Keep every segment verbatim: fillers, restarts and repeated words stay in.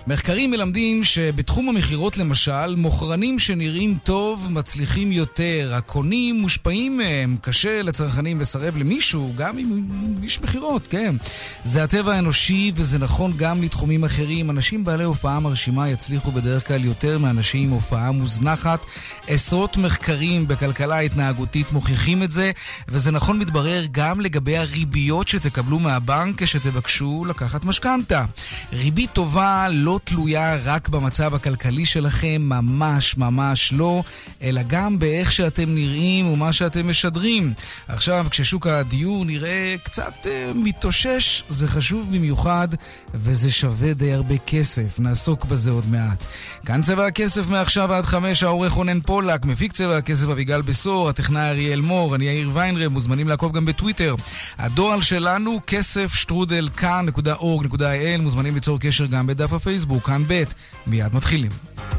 מחקרים מלמדים שבתחום המחירות למשל, מוכרנים שנראים טוב מצליחים יותר. הקונים מושפעים מהם. קשה לצרכנים לסרב למישהו, גם אם יש מחירות, כן. זה הטבע האנושי וזה נכון גם לתחומים אחרים. אנשים בעלי הופעה מרשימה יצליחו בדרך כלל יותר מאנשים עם הופעה מוזנחת. עשרות מחקרים בכלכלה התנהגותית מוכיחים את זה, וזה נכון מתברר גם לגבי הריביות שתקבלו מהבנק כשתבקשו לקחת משכנתה. ריבית טובה לא תלויה רק במצב הכלכלי שלכם, ממש ממש לא, אלא גם באיך שאתם נראים ומה שאתם משדרים. עכשיו, כששוק הדיור נראה קצת אה, מתאושש, זה חשוב במיוחד, וזה שווה די הרבה כסף. נעסוק בזה עוד מעט. כאן צבע הכסף מעכשיו עד חמש, העורך רונן פולק, מפיק צבע הכסף אביגל בסור, הטכנאי אריאל מור, אני יאיר ויינרב, מוזמנים לעקוב גם בטוויטר. הדואל שלנו, כסף שטרודל כאן נקודה אורג נקודה איי אל, מוזמנים ליצור קשר גם בדף הפייסבוק, כאן ב'. מיד מתחילים.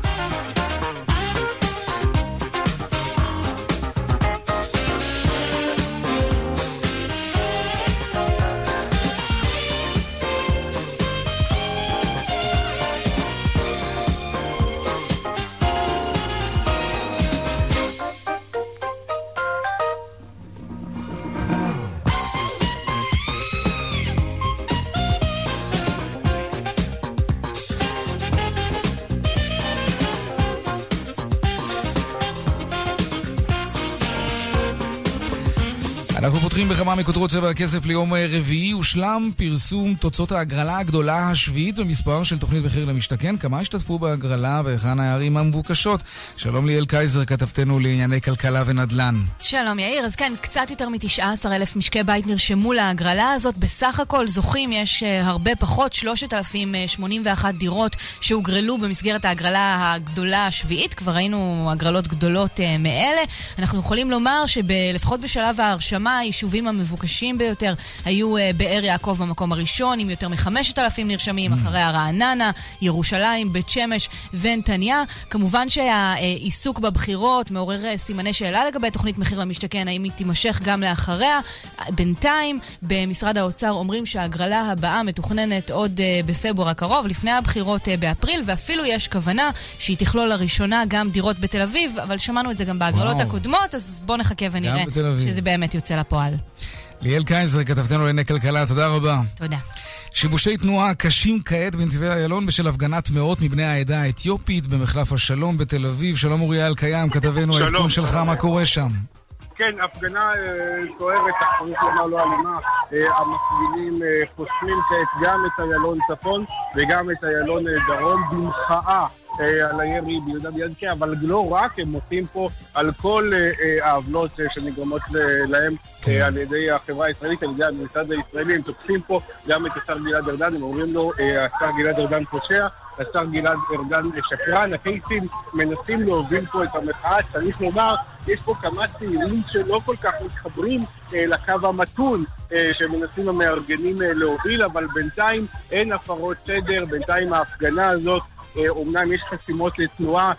אנחנו פותחים בכמה מכותרות צבע הכסף ליום רביעי. הושלם פרסום תוצאות ההגרלה הגדולה השביעית במספר של תוכנית מחיר למשתכן. כמה השתתפו בהגרלה והיכן הערים המבוקשות? שלום ליאל קייזר, כתבתנו לענייני כלכלה ונדל"ן. שלום יאיר, אז כן, קצת יותר מ-תשעה עשר אלף משקי בית נרשמו להגרלה הזאת. בסך הכל זוכים יש הרבה פחות, שלושת אלפים שמונים ואחת דירות שהוגרלו במסגרת ההגרלה הגדולה השביעית. כבר ראינו הגרלות גדולות מאלה. אנחנו יכולים לומר שלפחות בשלב ההרשמה היישובים המבוקשים ביותר היו באר יעקב במקום הראשון עם יותר מ-חמשת אלפים נרשמים, אחרי הרעננה, ירושלים, בית שמש ונתניה. כמובן שהעיסוק בבחירות מעורר סימני שאלה לגבי תוכנית מחיר למשתכן, האם היא תימשך גם לאחריה. בינתיים במשרד האוצר אומרים שההגרלה הבאה מתוכננת עוד בפברואר הקרוב, לפני הבחירות באפריל, ואפילו יש כוונה שהיא תכלול לראשונה גם דירות בתל אביב, אבל שמענו את זה גם בהגרלות וואו. הקודמות, אז בוא נחכה ונראה שזה באמת יוצא לפועל. ליאל קייזר, כתבתנו לענייני כלכלה, תודה רבה. תודה. שיבושי תנועה קשים כעת בנתיבי איילון בשל הפגנת מאות מבני העדה האתיופית במחלף השלום בתל אביב. שלום אוריה אלקיים, כתבנו העדכון שלך, מה קורה שם? כן, הפגנה סוערת, צריך לומר לא אלימה. המפגינים חוסמים כעת גם את איילון צפון וגם את איילון דרום במחאה על הירי ביהודה בידקה, אבל לא רק, הם מוצאים פה על כל העוולות שנגרמות להם על ידי החברה הישראלית, על ידי הממסד הישראלי. הם תוקפים פה גם את השר גלעד ארדן, הם אומרים לו, השר גלעד ארדן פושע, השר גלעד ארדן שקרן. הקייסים מנסים להוביל פה את המחאה. צריך לומר, יש פה כמה צעירים שלא כל כך מתחברים לקו המתון שמנסים המארגנים להוביל, אבל בינתיים אין הפרות סדר, בינתיים ההפגנה הזאת, אומנם יש חסימות לתנועה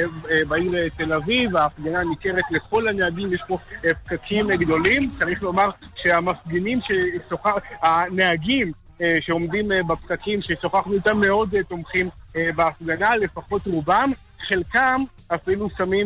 בעיר תל אביב, ההפגנה ניכרת לכל הנהגים, יש פה פקקים גדולים. צריך לומר שהמפגינים ששוחח, הנהגים שעומדים בפקקים ששוחחנו איתם מאוד תומכים בהפגנה, לפחות רובם, חלקם אפילו שמים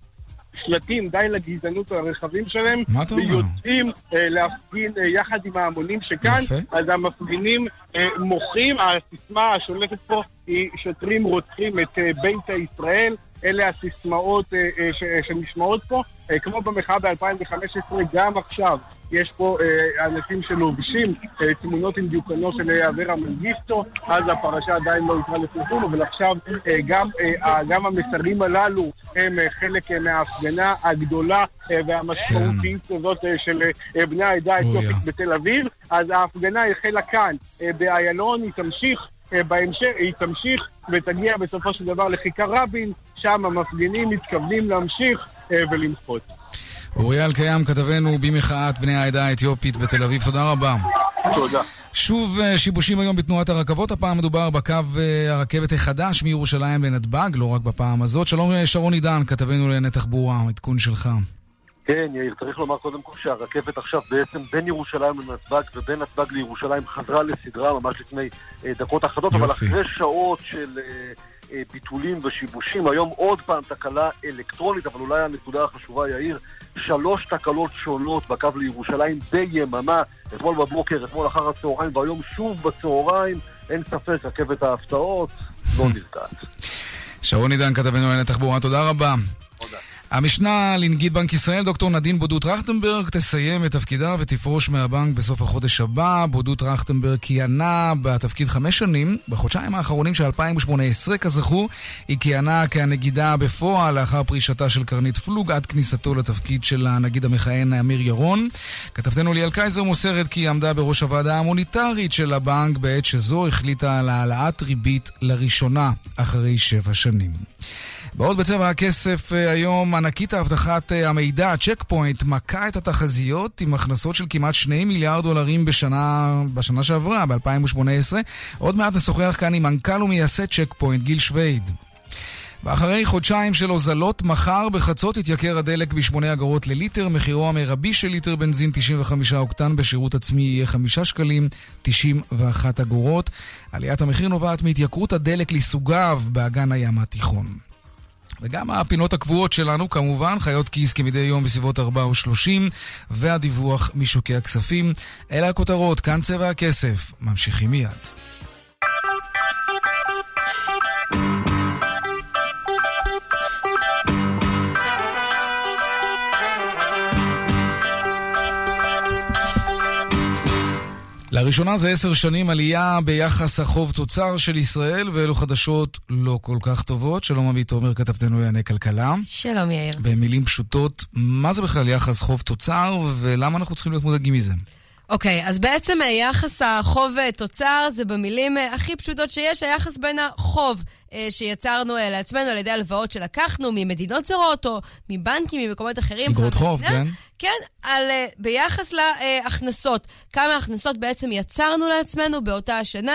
שלטים די לגזענות הרחבים שלהם ויוצאים להפגין יחד עם ההמונים שכאן. אז המפגינים מוחים, הסיסמה השולטת פה היא שוטרים רוצחים את ביתא ישראל. אלה הסיסמאות שנשמעות פה, כמו במחאה ב-אלפיים וחמש עשרה, גם עכשיו יש פה אנשים שלובשים תמונות עם דיוקנו של אברה מנגיסטו, אז הפרשה עדיין לא יתרה לפרסום, אבל עכשיו גם, גם המסרים הללו הם חלק מההפגנה הגדולה והמשמעותית הזאת של בני העדה האתיופית בתל אביב. אז ההפגנה החלה כאן באיילון, היא תמשיך בהמשך, היא תמשיך ותגיע בסופו של דבר לכיכר רבין, שם המפגינים מתכוונים להמשיך ולמחות. אוריה אלקיים, כתבנו במחאת בני העדה האתיופית בתל אביב, תודה רבה. תודה. שוב שיבושים היום בתנועת הרכבות, הפעם מדובר בקו הרכבת החדש מירושלים לנתב"ג, לא רק בפעם הזאת. שלום שרון עידן, כתבנו לענייני תחבורה, עדכון שלך. כן, יאיר, צריך לומר קודם כל שהרכבת עכשיו בעצם בין ירושלים לנתב"ג ובין נתב"ג לירושלים חזרה לסדרה ממש לפני אה, דקות אחדות, אבל אחרי שעות של אה, אה, ביטולים ושיבושים, היום עוד פעם תקלה אלקטרונית, אבל אולי הנקודה החשובה, יאיר, שלוש תקלות שונות בקו לירושלים ביממה, אתמול בבוקר, אתמול אחר הצהריים, והיום שוב בצהריים, אין ספק, רכבת ההפתעות לא נפגעת. שרון עידן, כתבנו לענייני תחבורה, תודה רבה. תודה. המשנה לנגיד בנק ישראל, דוקטור נדין בודו-טרכטנברג, תסיים את תפקידה ותפרוש מהבנק בסוף החודש הבא. בודו-טרכטנברג כיהנה בתפקיד חמש שנים. בחודשיים האחרונים של אלפיים שמונה עשרה, כזכור, היא כיהנה כנגידה בפועל לאחר פרישתה של קרנית פלוג עד כניסתו לתפקיד של הנגיד המכהן אמיר ירון. כתבתנו ליאל קייזר מוסרת כי היא עמדה בראש הוועדה המוניטרית של הבנק בעת שזו החליטה על העלאת ריבית לראשונה אחרי שבע שנים. בעוד בצבע הכסף היום, ענקית ההבטחת המידע, צ'ק פוינט, מכה את התחזיות עם הכנסות של כמעט שני מיליארד דולרים בשנה, בשנה שעברה, ב-אלפיים שמונה עשרה. עוד מעט נשוחח כאן עם מנכ"ל ומייסד צ'ק פוינט, גיל שוויד. ואחרי חודשיים של הוזלות, מחר בחצות יתייקר הדלק בשמונה אגורות לליטר, מחירו המרבי של ליטר בנזין תשעים וחמישה אוקטן בשירות עצמי יהיה חמישה שקלים תשעים ואחת אגורות. עליית המחיר נובעת מהתייקרות הדלק לסוגיו באגן הים התיכון. וגם הפינות הקבועות שלנו, כמובן, חיות כיס כמדי יום בסביבות ארבע ושלושים, והדיווח משוקי הכספים. אלה הכותרות, כאן צבע הכסף. ממשיכים מיד. לראשונה זה עשר שנים עלייה ביחס החוב תוצר של ישראל, ואלו חדשות לא כל כך טובות. שלום עמית עומר, כתבתנו לענייני כלכלה. שלום יאיר. במילים פשוטות, מה זה בכלל יחס חוב תוצר, ולמה אנחנו צריכים להיות מודאגים מזה? אוקיי, okay, אז בעצם יחס החוב תוצר זה במילים הכי פשוטות שיש, היחס בין החוב שיצרנו לעצמנו על ידי הלוואות שלקחנו ממדינות זרות או מבנקים, ממקומות אחרים. אגרות חוב, כן. כן, על, ביחס להכנסות. כמה הכנסות בעצם יצרנו לעצמנו באותה השנה,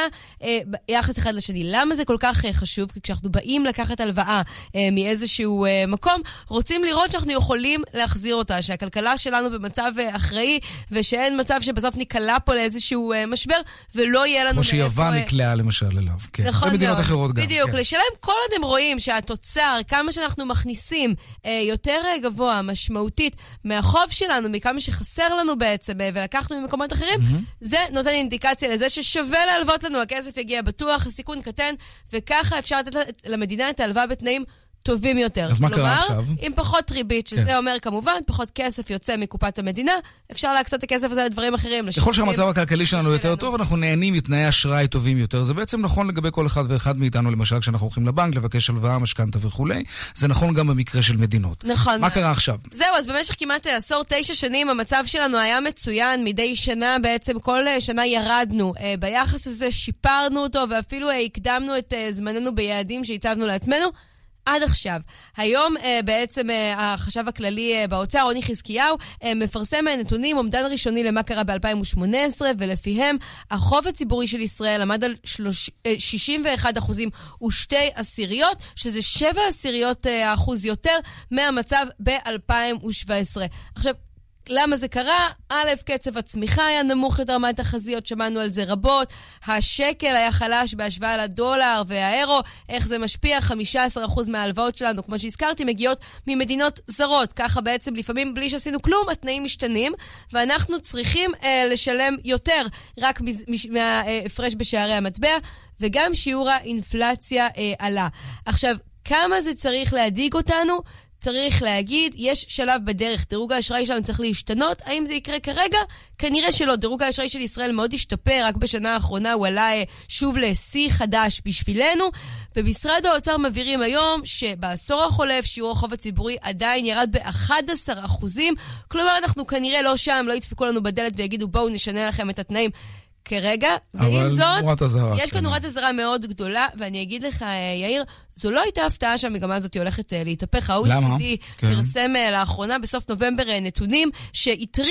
יחס אחד לשני. למה זה כל כך חשוב? כי כשאנחנו באים לקחת הלוואה מאיזשהו מקום, רוצים לראות שאנחנו יכולים להחזיר אותה, שהכלכלה שלנו במצב אחראי, ושאין מצב שבסוף ניקלה פה לאיזשהו משבר, ולא יהיה לנו... כמו שיוון נקלעה למשל אליו. כן. נכון מאוד. במדינות אחרות גם. בדיוק, כן. לשלם כל עוד הם רואים שהתוצר, כמה שאנחנו מכניסים יותר גבוה, משמעותית, מהחוב שלנו, מכמה שחסר לנו בעצם, ולקחנו ממקומות אחרים, mm-hmm. זה נותן אינדיקציה לזה ששווה להלוות לנו, הכסף יגיע בטוח, הסיכון קטן, וככה אפשר לתת למדינה את ההלוואה בתנאים טובים יותר. אז מה קרה עכשיו? עם פחות ריבית, שזה כן. אומר כמובן, פחות כסף יוצא מקופת המדינה, אפשר להקצות את הכסף הזה לדברים אחרים. ככל שהמצב הכלכלי שלנו יותר טוב, אנחנו נהנים מתנאי אשראי טובים יותר. זה בעצם נכון לגבי כל אחד ואחד מאיתנו, למשל כשאנחנו הולכים לבנק, לבקש הלוואה, משכנתא וכולי. זה נכון גם במקרה של מדינות. נכון. מה קרה עכשיו? זהו, אז במשך כמעט עשור, תשע שנים, המצב שלנו היה מצוין. מדי שנה, בעצם כל שנה ירדנו. ביחס הזה שיפרנו אותו, ואפילו הקדמנו את זמננו ביעדים שהצבנו לעצמנו. עד עכשיו. היום בעצם החשב הכללי באוצר, רוני חזקיהו, מפרסם נתונים, אומדן ראשוני למה קרה ב-אלפיים שמונה עשרה, ולפיהם החוב הציבורי של ישראל עמד על שישים ואחד אחוזים ושתי עשיריות, שזה שבע עשיריות אחוז יותר מהמצב ב-אלפיים שבע עשרה. עכשיו, למה זה קרה? א', קצב הצמיחה היה נמוך יותר מהתחזיות, שמענו על זה רבות. השקל היה חלש בהשוואה לדולר והאירו. איך זה משפיע? חמישה עשר אחוז מההלוואות שלנו, כמו שהזכרתי, מגיעות ממדינות זרות. ככה בעצם לפעמים בלי שעשינו כלום, התנאים משתנים, ואנחנו צריכים אה, לשלם יותר רק מההפרש בשערי המטבע, וגם שיעור האינפלציה אה, עלה. עכשיו, כמה זה צריך להדיג אותנו? צריך להגיד, יש שלב בדרך, דירוג האשראי שלנו צריך להשתנות, האם זה יקרה כרגע? כנראה שלא, דירוג האשראי של ישראל מאוד השתפר, רק בשנה האחרונה הוא עלה שוב לשיא חדש בשבילנו, במשרד האוצר מבהירים היום שבעשור החולף שיעור החוב הציבורי עדיין ירד ב-אחד עשר אחוזים, כלומר אנחנו כנראה לא שם, לא ידפקו לנו בדלת ויגידו בואו נשנה לכם את התנאים, כרגע, ועם זאת, יש כאן נורת הזרה מאוד גדולה, ואני אגיד לך, יאיר, זו לא הייתה הפתעה שהמגמה הזאת הולכת להתהפך. ה-או אי סי די פרסם לאחרונה בסוף נובמבר נתונים שהטריעו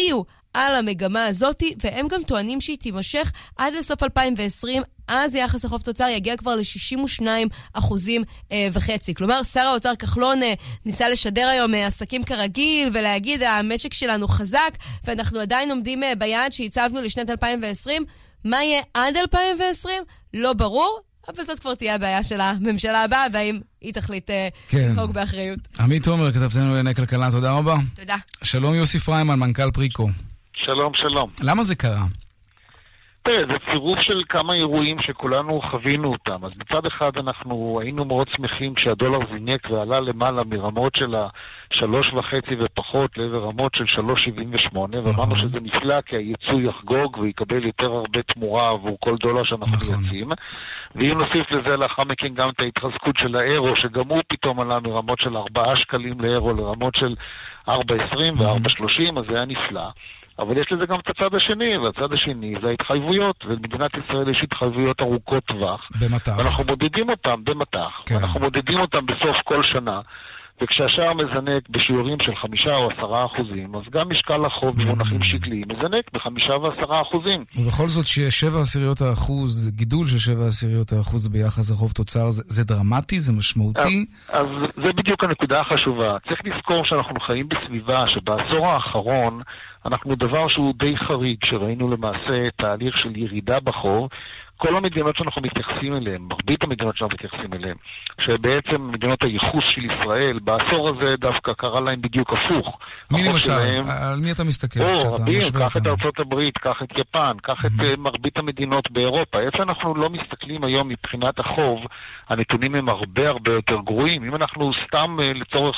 על המגמה הזאת, והם גם טוענים שהיא תימשך עד לסוף אלפיים ועשרים, אז יחס החוב תוצר יגיע כבר ל-שישים ושניים אחוזים אה, וחצי. כלומר, שר האוצר כחלון אה, ניסה לשדר היום אה, עסקים כרגיל, ולהגיד, המשק שלנו חזק, ואנחנו עדיין עומדים אה, ביעד שהצבנו לשנת אלפיים ועשרים. מה יהיה עד אלפיים ועשרים? לא ברור, אבל זאת כבר תהיה הבעיה של הממשלה הבאה, והאם היא תחליט כן. לחוק באחריות. עמית תומר, כתבתנו לענייני כלכלה, תודה רבה. תודה. שלום יוסי פריימן, מנכ"ל פריקו. שלום, שלום. למה זה קרה? תראה, זה צירוף של כמה אירועים שכולנו חווינו אותם. אז מצד אחד אנחנו היינו מאוד שמחים שהדולר זינק ועלה למעלה מרמות של השלוש וחצי ופחות לעבר רמות של שלוש שבעים ושמונה, ואמרנו שזה נפלא כי הייצוא יחגוג ויקבל יותר הרבה תמורה עבור כל דולר שאנחנו יוצאים. ואם נוסיף לזה לאחר מכן גם את ההתחזקות של האירו, שגם הוא פתאום עלה מרמות של ארבעה שקלים לאירו לרמות של ארבע עשרים וארבע שלושים, אז זה היה נפלא. אבל יש לזה גם את הצד השני, והצד השני זה ההתחייבויות, ולמדינת ישראל יש התחייבויות ארוכות טווח. במטח. ואנחנו מודדים אותם במטח, כן. ואנחנו מודדים אותם בסוף כל שנה, וכשהשאר מזנק בשיעורים של חמישה או עשרה אחוזים, אז גם משקל החוב במונחים שקליים מזנק בחמישה ועשרה אחוזים. ובכל זאת שיש שבע עשיריות האחוז, גידול של שבע עשיריות האחוז ביחס החוב תוצר, זה, זה דרמטי, זה משמעותי? אז, אז זה בדיוק הנקודה החשובה. צריך לזכור שאנחנו חיים בסביבה שבעשור האחרון, אנחנו דבר שהוא די חריג, שראינו למעשה תהליך של ירידה בחוב, כל המדינות שאנחנו מתייחסים אליהן, מרבית המדינות שאנחנו מתייחסים אליהן, שבעצם מדינות הייחוס של ישראל, בעשור הזה דווקא קרה להם בדיוק הפוך. מי למשל? על מי אתה מסתכל? או, רבים, קח את ארצות הברית, קח את יפן, קח את מרבית המדינות באירופה. איפה אנחנו לא מסתכלים היום מבחינת החוב, הנתונים הם הרבה הרבה יותר גרועים. אם אנחנו סתם לצורך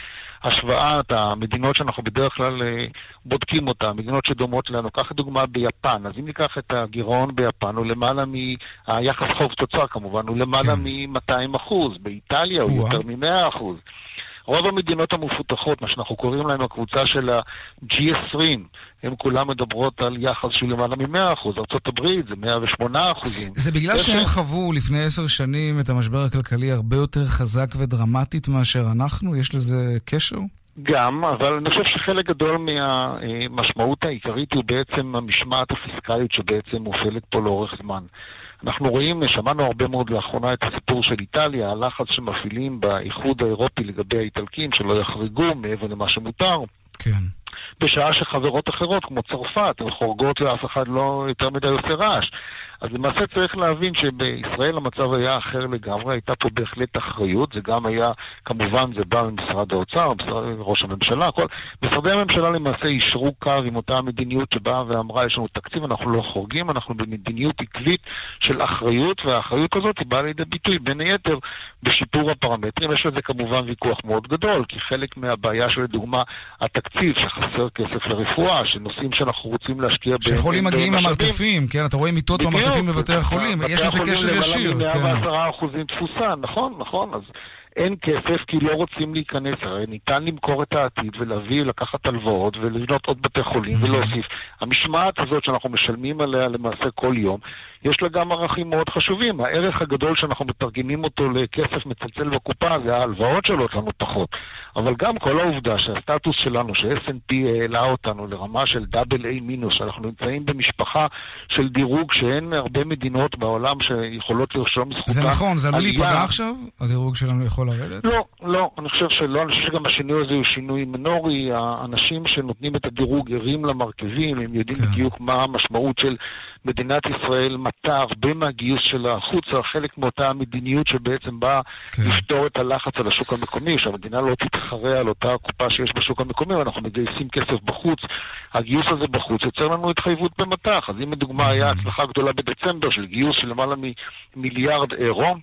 השוואת המדינות שאנחנו בדרך כלל בודקים אותן, מדינות שדומות לנו, קח דוגמה ביפן, אז אם ניקח את הגירעון ביפן, הוא למעלה מהיחס חוב תוצר כמובן, הוא למעלה מ-מאתיים אחוז, באיטליה הוא יותר מ-מאה אחוז. רוב המדינות המפותחות, מה שאנחנו קוראים להם הקבוצה של ה-ג'י עשרים, הם כולם מדברות על יחס שהוא למעלה מ-מאה אחוז. ארצות הברית זה מאה ושמונה אחוזים. זה בגלל שהם חוו לפני עשר שנים את המשבר הכלכלי הרבה יותר חזק ודרמטית מאשר אנחנו? יש לזה קשר? גם, אבל אני חושב שחלק גדול מהמשמעות העיקרית הוא בעצם המשמעת הפיסקלית שבעצם מופעלת פה לאורך זמן. אנחנו רואים, שמענו הרבה מאוד לאחרונה את הסיפור של איטליה, הלחץ שמפעילים באיחוד האירופי לגבי האיטלקים, שלא יחריגו מעבר למה שמותר. כן. בשעה שחברות אחרות, כמו צרפת, הן חורגות ואף אחד לא יותר מדי עושה רעש. אז למעשה צריך להבין שבישראל המצב היה אחר לגמרי, הייתה פה בהחלט אחריות, זה גם היה, כמובן זה בא ממשרד האוצר, משרד, ראש הממשלה, כל, משרדי הממשלה למעשה אישרו קו עם אותה המדיניות שבאה ואמרה, יש לנו תקציב, אנחנו לא חורגים, אנחנו במדיניות עקבית של אחריות, והאחריות הזאת היא באה לידי ביטוי, בין היתר, בשיפור הפרמטרים. יש לזה כמובן ויכוח מאוד גדול, כי חלק מהבעיה של לדוגמה, התקציב שחסר כסף לרפואה, שנושאים שאנחנו רוצים להשקיע שחולים מגיעים למרתפים, כן, אתה רואה מיטות במרתפים בבתי החולים, יש לזה קשר ישיר. מאה ועשרה אחוזים תפוסה, נכון, נכון, אז אין כסף כי לא רוצים להיכנס, הרי ניתן למכור את העתיד ולהביא, לקחת הלוואות ולבנות עוד בתי חולים ולהוסיף. המשמעת הזאת שאנחנו משלמים עליה למעשה כל יום, יש לה גם ערכים מאוד חשובים. הערך הגדול שאנחנו מתרגמים אותו לכסף מצלצל בקופה זה ההלוואות שעולות לנו פחות. אבל גם כל העובדה שהסטטוס שלנו, ש-אס אנד פי העלה אותנו לרמה של דאבל איי מינוס, שאנחנו נמצאים במשפחה של דירוג שאין הרבה מדינות בעולם שיכולות לרשום זכותה. זה נכון, זה עלול להיפגע עכשיו? הדירוג שלנו יכול לרדת? לא, לא, אני חושב שלא, אני חושב שגם השינוי הזה הוא שינוי מינורי. האנשים שנותנים את הדירוג ערים למרכיבים, הם יודעים כן. בדיוק מה המשמעות של מדינת ישראל מטה הרבה מהגיוס של החוצה, חלק מאותה המדיניות שבעצם באה כן. לפתור את הלחץ על השוק המקומי, שהמדינה לא תתחרה על אותה קופה שיש בשוק המקומי, ואנחנו מגייסים כסף בחוץ. הגיוס הזה בחוץ יוצר לנו התחייבות במטח. אז אם לדוגמה היה הצלחה גדולה בדצמבר של גיוס של למעלה ממיליארד אירו,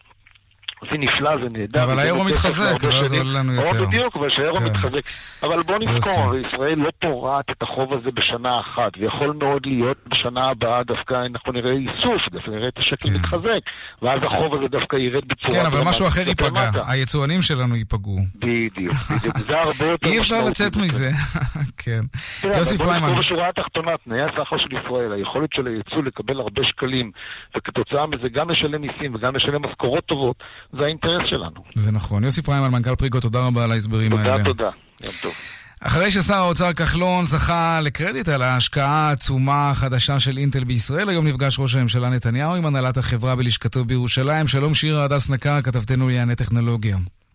זה נפלא, זה נהדר. אבל האירו מתחזק, אבל זה עולה לנו יותר. בדיוק, אבל שהאירו מתחזק. אבל בוא נזכור, ישראל לא פורט את החוב הזה בשנה אחת, ויכול מאוד להיות בשנה הבאה דווקא אנחנו נראה איסוף, דווקא נראה את השקל מתחזק, ואז החוב הזה דווקא ירד בצורה... כן, אבל משהו אחר ייפגע, היצואנים שלנו ייפגעו. בדיוק, זה הרבה יותר... אי אפשר לצאת מזה, כן. יוסי פריימן. בוא נזכור בשורה התחתונה, תנאי הסחר של ישראל, היכולת של היצוא לקבל הרבה שקלים, וכתוצאה מזה גם לשלם מיסים וגם לשלם משכורות טובות, זה האינטרס שלנו. זה נכון. יוסי פריימן, מנכ"ל פריקו, תודה רבה על ההסברים האלה. תודה, תודה. יום טוב. אחרי ששר האוצר כחלון זכה לקרדיט על ההשקעה העצומה החדשה של אינטל בישראל, היום נפגש ראש הממשלה נתניהו עם הנהלת החברה בלשכתו בירושלים. שלום שירה הדס נקר, כתבתנו לענייני טכנולוגיה.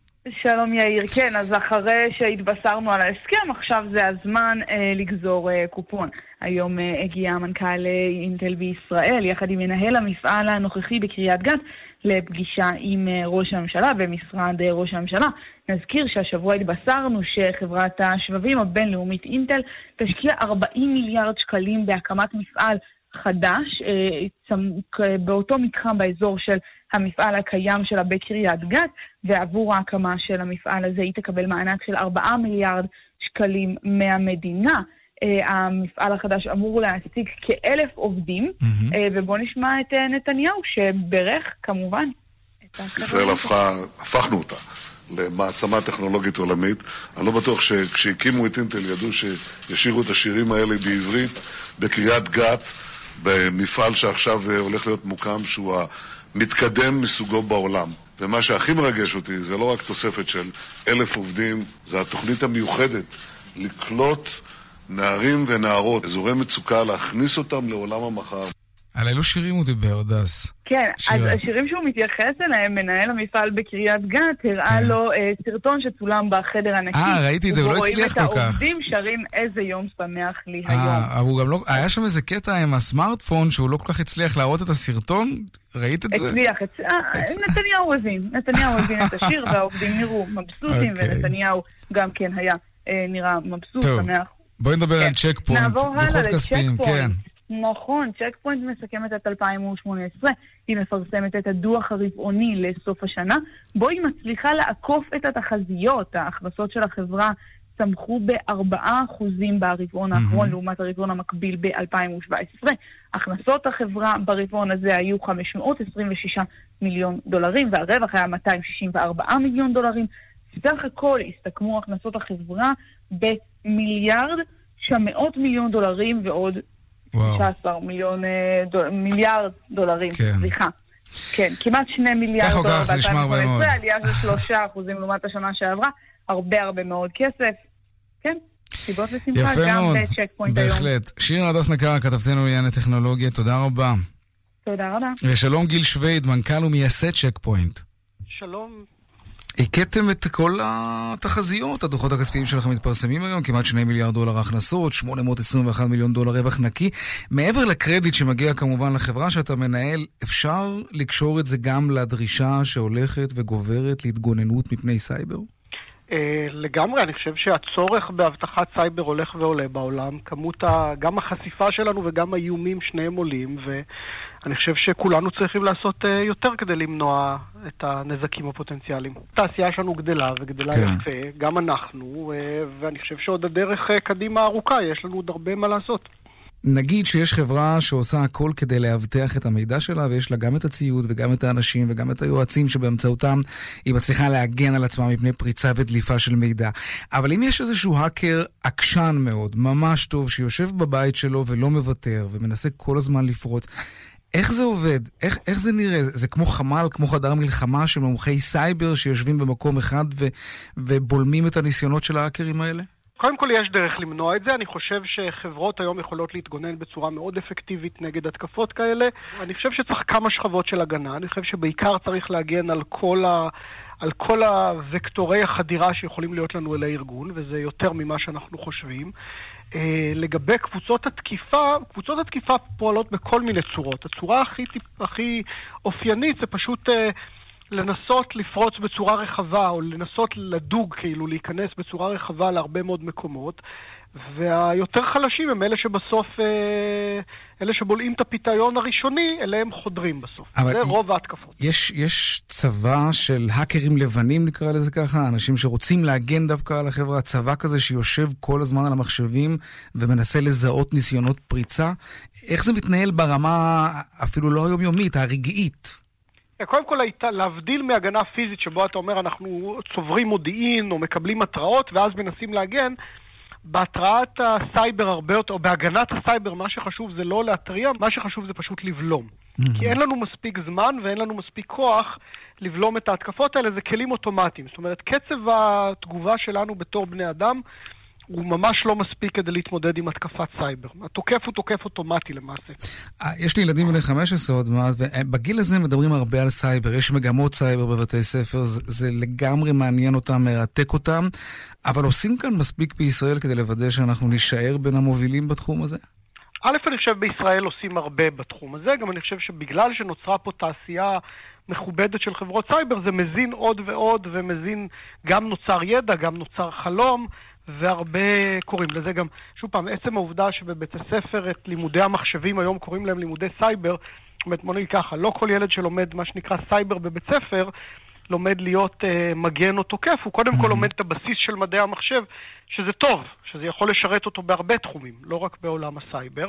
שלום יאיר, כן, אז אחרי שהתבשרנו על ההסכם, עכשיו זה הזמן אה, לגזור אה, קופון. היום אה, הגיע המנכ"ל אינטל בישראל, יחד עם מנהל המפעל הנוכחי בקריית גת, לפגישה עם אה, ראש הממשלה ומשרד אה, ראש הממשלה. נזכיר שהשבוע התבשרנו שחברת השבבים הבינלאומית אינטל תשקיע ארבעים מיליארד שקלים בהקמת מפעל חדש, אה, באותו מתחם באזור של המפעל הקיים שלה בקריית גת, ועבור ההקמה של המפעל הזה היא תקבל מענק של ארבעה מיליארד שקלים מהמדינה. המפעל החדש אמור להעסיק כאלף עובדים, mm-hmm. ובוא נשמע את נתניהו שברך כמובן את ישראל הפכה, הפכנו אותה למעצמה טכנולוגית עולמית. אני לא בטוח שכשהקימו את אינטל ידעו שישירו את השירים האלה בעברית בקריית גת, במפעל שעכשיו הולך להיות מוקם שהוא המתקדם מסוגו בעולם. ומה שהכי מרגש אותי זה לא רק תוספת של אלף עובדים, זה התוכנית המיוחדת לקלוט נערים ונערות, אזורי מצוקה, להכניס אותם לעולם המחר. על אילו שירים הוא דיבר, דס? כן, שירה. אז השירים שהוא מתייחס אליהם, מנהל המפעל בקריית גת, הראה כן. לו uh, סרטון שצולם בחדר הנקי. אה, ראיתי את זה, הוא לא הצליח כל כך. רואים את העובדים שרים איזה יום שמח לי 아, היום. אה, הוא גם לא, היה שם איזה קטע עם הסמארטפון שהוא לא כל כך הצליח להראות את הסרטון, ראית את זה? הצליח, נתניהו הבין, נתניהו הבין את השיר והעובדים נראו מבסוטים, ונתניהו גם כן היה נראה מבסוט, שמח. בואי נדבר על צ'ק פוינט, דוחות כספיים, כן. נכון, צ'ק פוינט מסכמת את אלפיים שמונה עשרה, היא מפרסמת את הדוח הרבעוני לסוף השנה, בו היא מצליחה לעקוף את התחזיות. ההכנסות של החברה צמחו ב-ארבעה אחוזים ברבעון האחרון, לעומת הרבעון המקביל ב-אלפיים שבע עשרה. הכנסות החברה ברבעון הזה היו חמש מאות עשרים ושישה מיליון דולרים, והרווח היה מאתיים שישים וארבעה מיליון דולרים. סך הכל הסתכמו הכנסות החברה במיליארד שמאות מיליון דולרים ועוד שישה עשר מיליון דול, מיליארד דולרים, כן. סליחה. כן, כמעט שני מיליארד דולר ב-אלפיים שמונה עשרה, עלייה של שלושה אחוזים לעומת השנה שעברה, הרבה הרבה מאוד כסף. כן, סיבות לשמחה גם בצ'ק פוינט היום. בהחלט. שירה הדס נקר, כתבתנו לענייני טכנולוגיה, תודה רבה. תודה רבה. ושלום גיל שוויד, מנכ"ל ומייסד צ'ק פוינט. שלום. הקטתם את כל התחזיות, הדוחות הכספיים שלכם מתפרסמים היום, כמעט שני מיליארד דולר הכנסות, שמונה מאות עשרים ואחד מיליון דולר רווח נקי. מעבר לקרדיט שמגיע כמובן לחברה שאתה מנהל, אפשר לקשור את זה גם לדרישה שהולכת וגוברת להתגוננות מפני סייבר? לגמרי, אני חושב שהצורך בהבטחת סייבר הולך ועולה בעולם. כמות גם החשיפה שלנו וגם האיומים שניהם עולים, ואני חושב שכולנו צריכים לעשות יותר כדי למנוע את הנזקים הפוטנציאליים. התעשייה שלנו גדלה וגדלה יפה, גם אנחנו, ואני חושב שעוד הדרך קדימה ארוכה, יש לנו עוד הרבה מה לעשות. נגיד שיש חברה שעושה הכל כדי להבטח את המידע שלה, ויש לה גם את הציוד וגם את האנשים וגם את היועצים שבאמצעותם היא מצליחה להגן על עצמה מפני פריצה ודליפה של מידע. אבל אם יש איזשהו האקר עקשן מאוד, ממש טוב, שיושב בבית שלו ולא מוותר ומנסה כל הזמן לפרוץ, איך זה עובד? איך, איך זה נראה? זה כמו חמ"ל, כמו חדר מלחמה של מומחי סייבר שיושבים במקום אחד ו, ובולמים את הניסיונות של האקרים האלה? קודם כל יש דרך למנוע את זה. אני חושב שחברות היום יכולות להתגונן בצורה מאוד אפקטיבית נגד התקפות כאלה. אני חושב שצריך כמה שכבות של הגנה. אני חושב שבעיקר צריך להגן על כל ה... על כל הוקטורי החדירה שיכולים להיות לנו אל הארגון, וזה יותר ממה שאנחנו חושבים. לגבי קבוצות התקיפה, קבוצות התקיפה פועלות בכל מיני צורות. הצורה הכי, הכי אופיינית זה פשוט לנסות לפרוץ בצורה רחבה, או לנסות לדוג, כאילו להיכנס בצורה רחבה להרבה מאוד מקומות, והיותר חלשים הם אלה שבסוף, אלה שבולעים את הפיתיון הראשוני, אליהם חודרים בסוף. זה רוב ההתקפות. יש, יש צבא של האקרים לבנים, נקרא לזה ככה, אנשים שרוצים להגן דווקא על החברה, צבא כזה שיושב כל הזמן על המחשבים ומנסה לזהות ניסיונות פריצה. איך זה מתנהל ברמה אפילו לא היומיומית, הרגעית? קודם כל הייתה להבדיל מהגנה פיזית שבו אתה אומר אנחנו צוברים מודיעין או מקבלים התראות ואז מנסים להגן. בהתראת הסייבר הרבה יותר, או בהגנת הסייבר, מה שחשוב זה לא להטריע, מה שחשוב זה פשוט לבלום. Mm-hmm. כי אין לנו מספיק זמן ואין לנו מספיק כוח לבלום את ההתקפות האלה, זה כלים אוטומטיים. זאת אומרת, קצב התגובה שלנו בתור בני אדם הוא ממש לא מספיק כדי להתמודד עם התקפת סייבר. התוקף הוא תוקף אוטומטי למעשה. יש לי ילדים בני חמש עשרה עוד מעט, ובגיל הזה מדברים הרבה על סייבר. יש מגמות סייבר בבתי ספר, זה, זה לגמרי מעניין אותם, מרתק אותם, אבל עושים כאן מספיק בישראל כדי לוודא שאנחנו נשאר בין המובילים בתחום הזה? א', אני חושב בישראל עושים הרבה בתחום הזה, גם אני חושב שבגלל שנוצרה פה תעשייה מכובדת של חברות סייבר, זה מזין עוד ועוד, ומזין גם נוצר ידע, גם נוצר חלום, והרבה קוראים לזה גם, שוב פעם, עצם העובדה שבבית הספר את לימודי המחשבים היום קוראים להם לימודי סייבר, זאת אומרת, בוא נגיד ככה, לא כל ילד שלומד מה שנקרא סייבר בבית ספר, לומד להיות uh, מגן או תוקף, הוא קודם כל לומד את הבסיס של מדעי המחשב, שזה טוב, שזה יכול לשרת אותו בהרבה תחומים, לא רק בעולם הסייבר.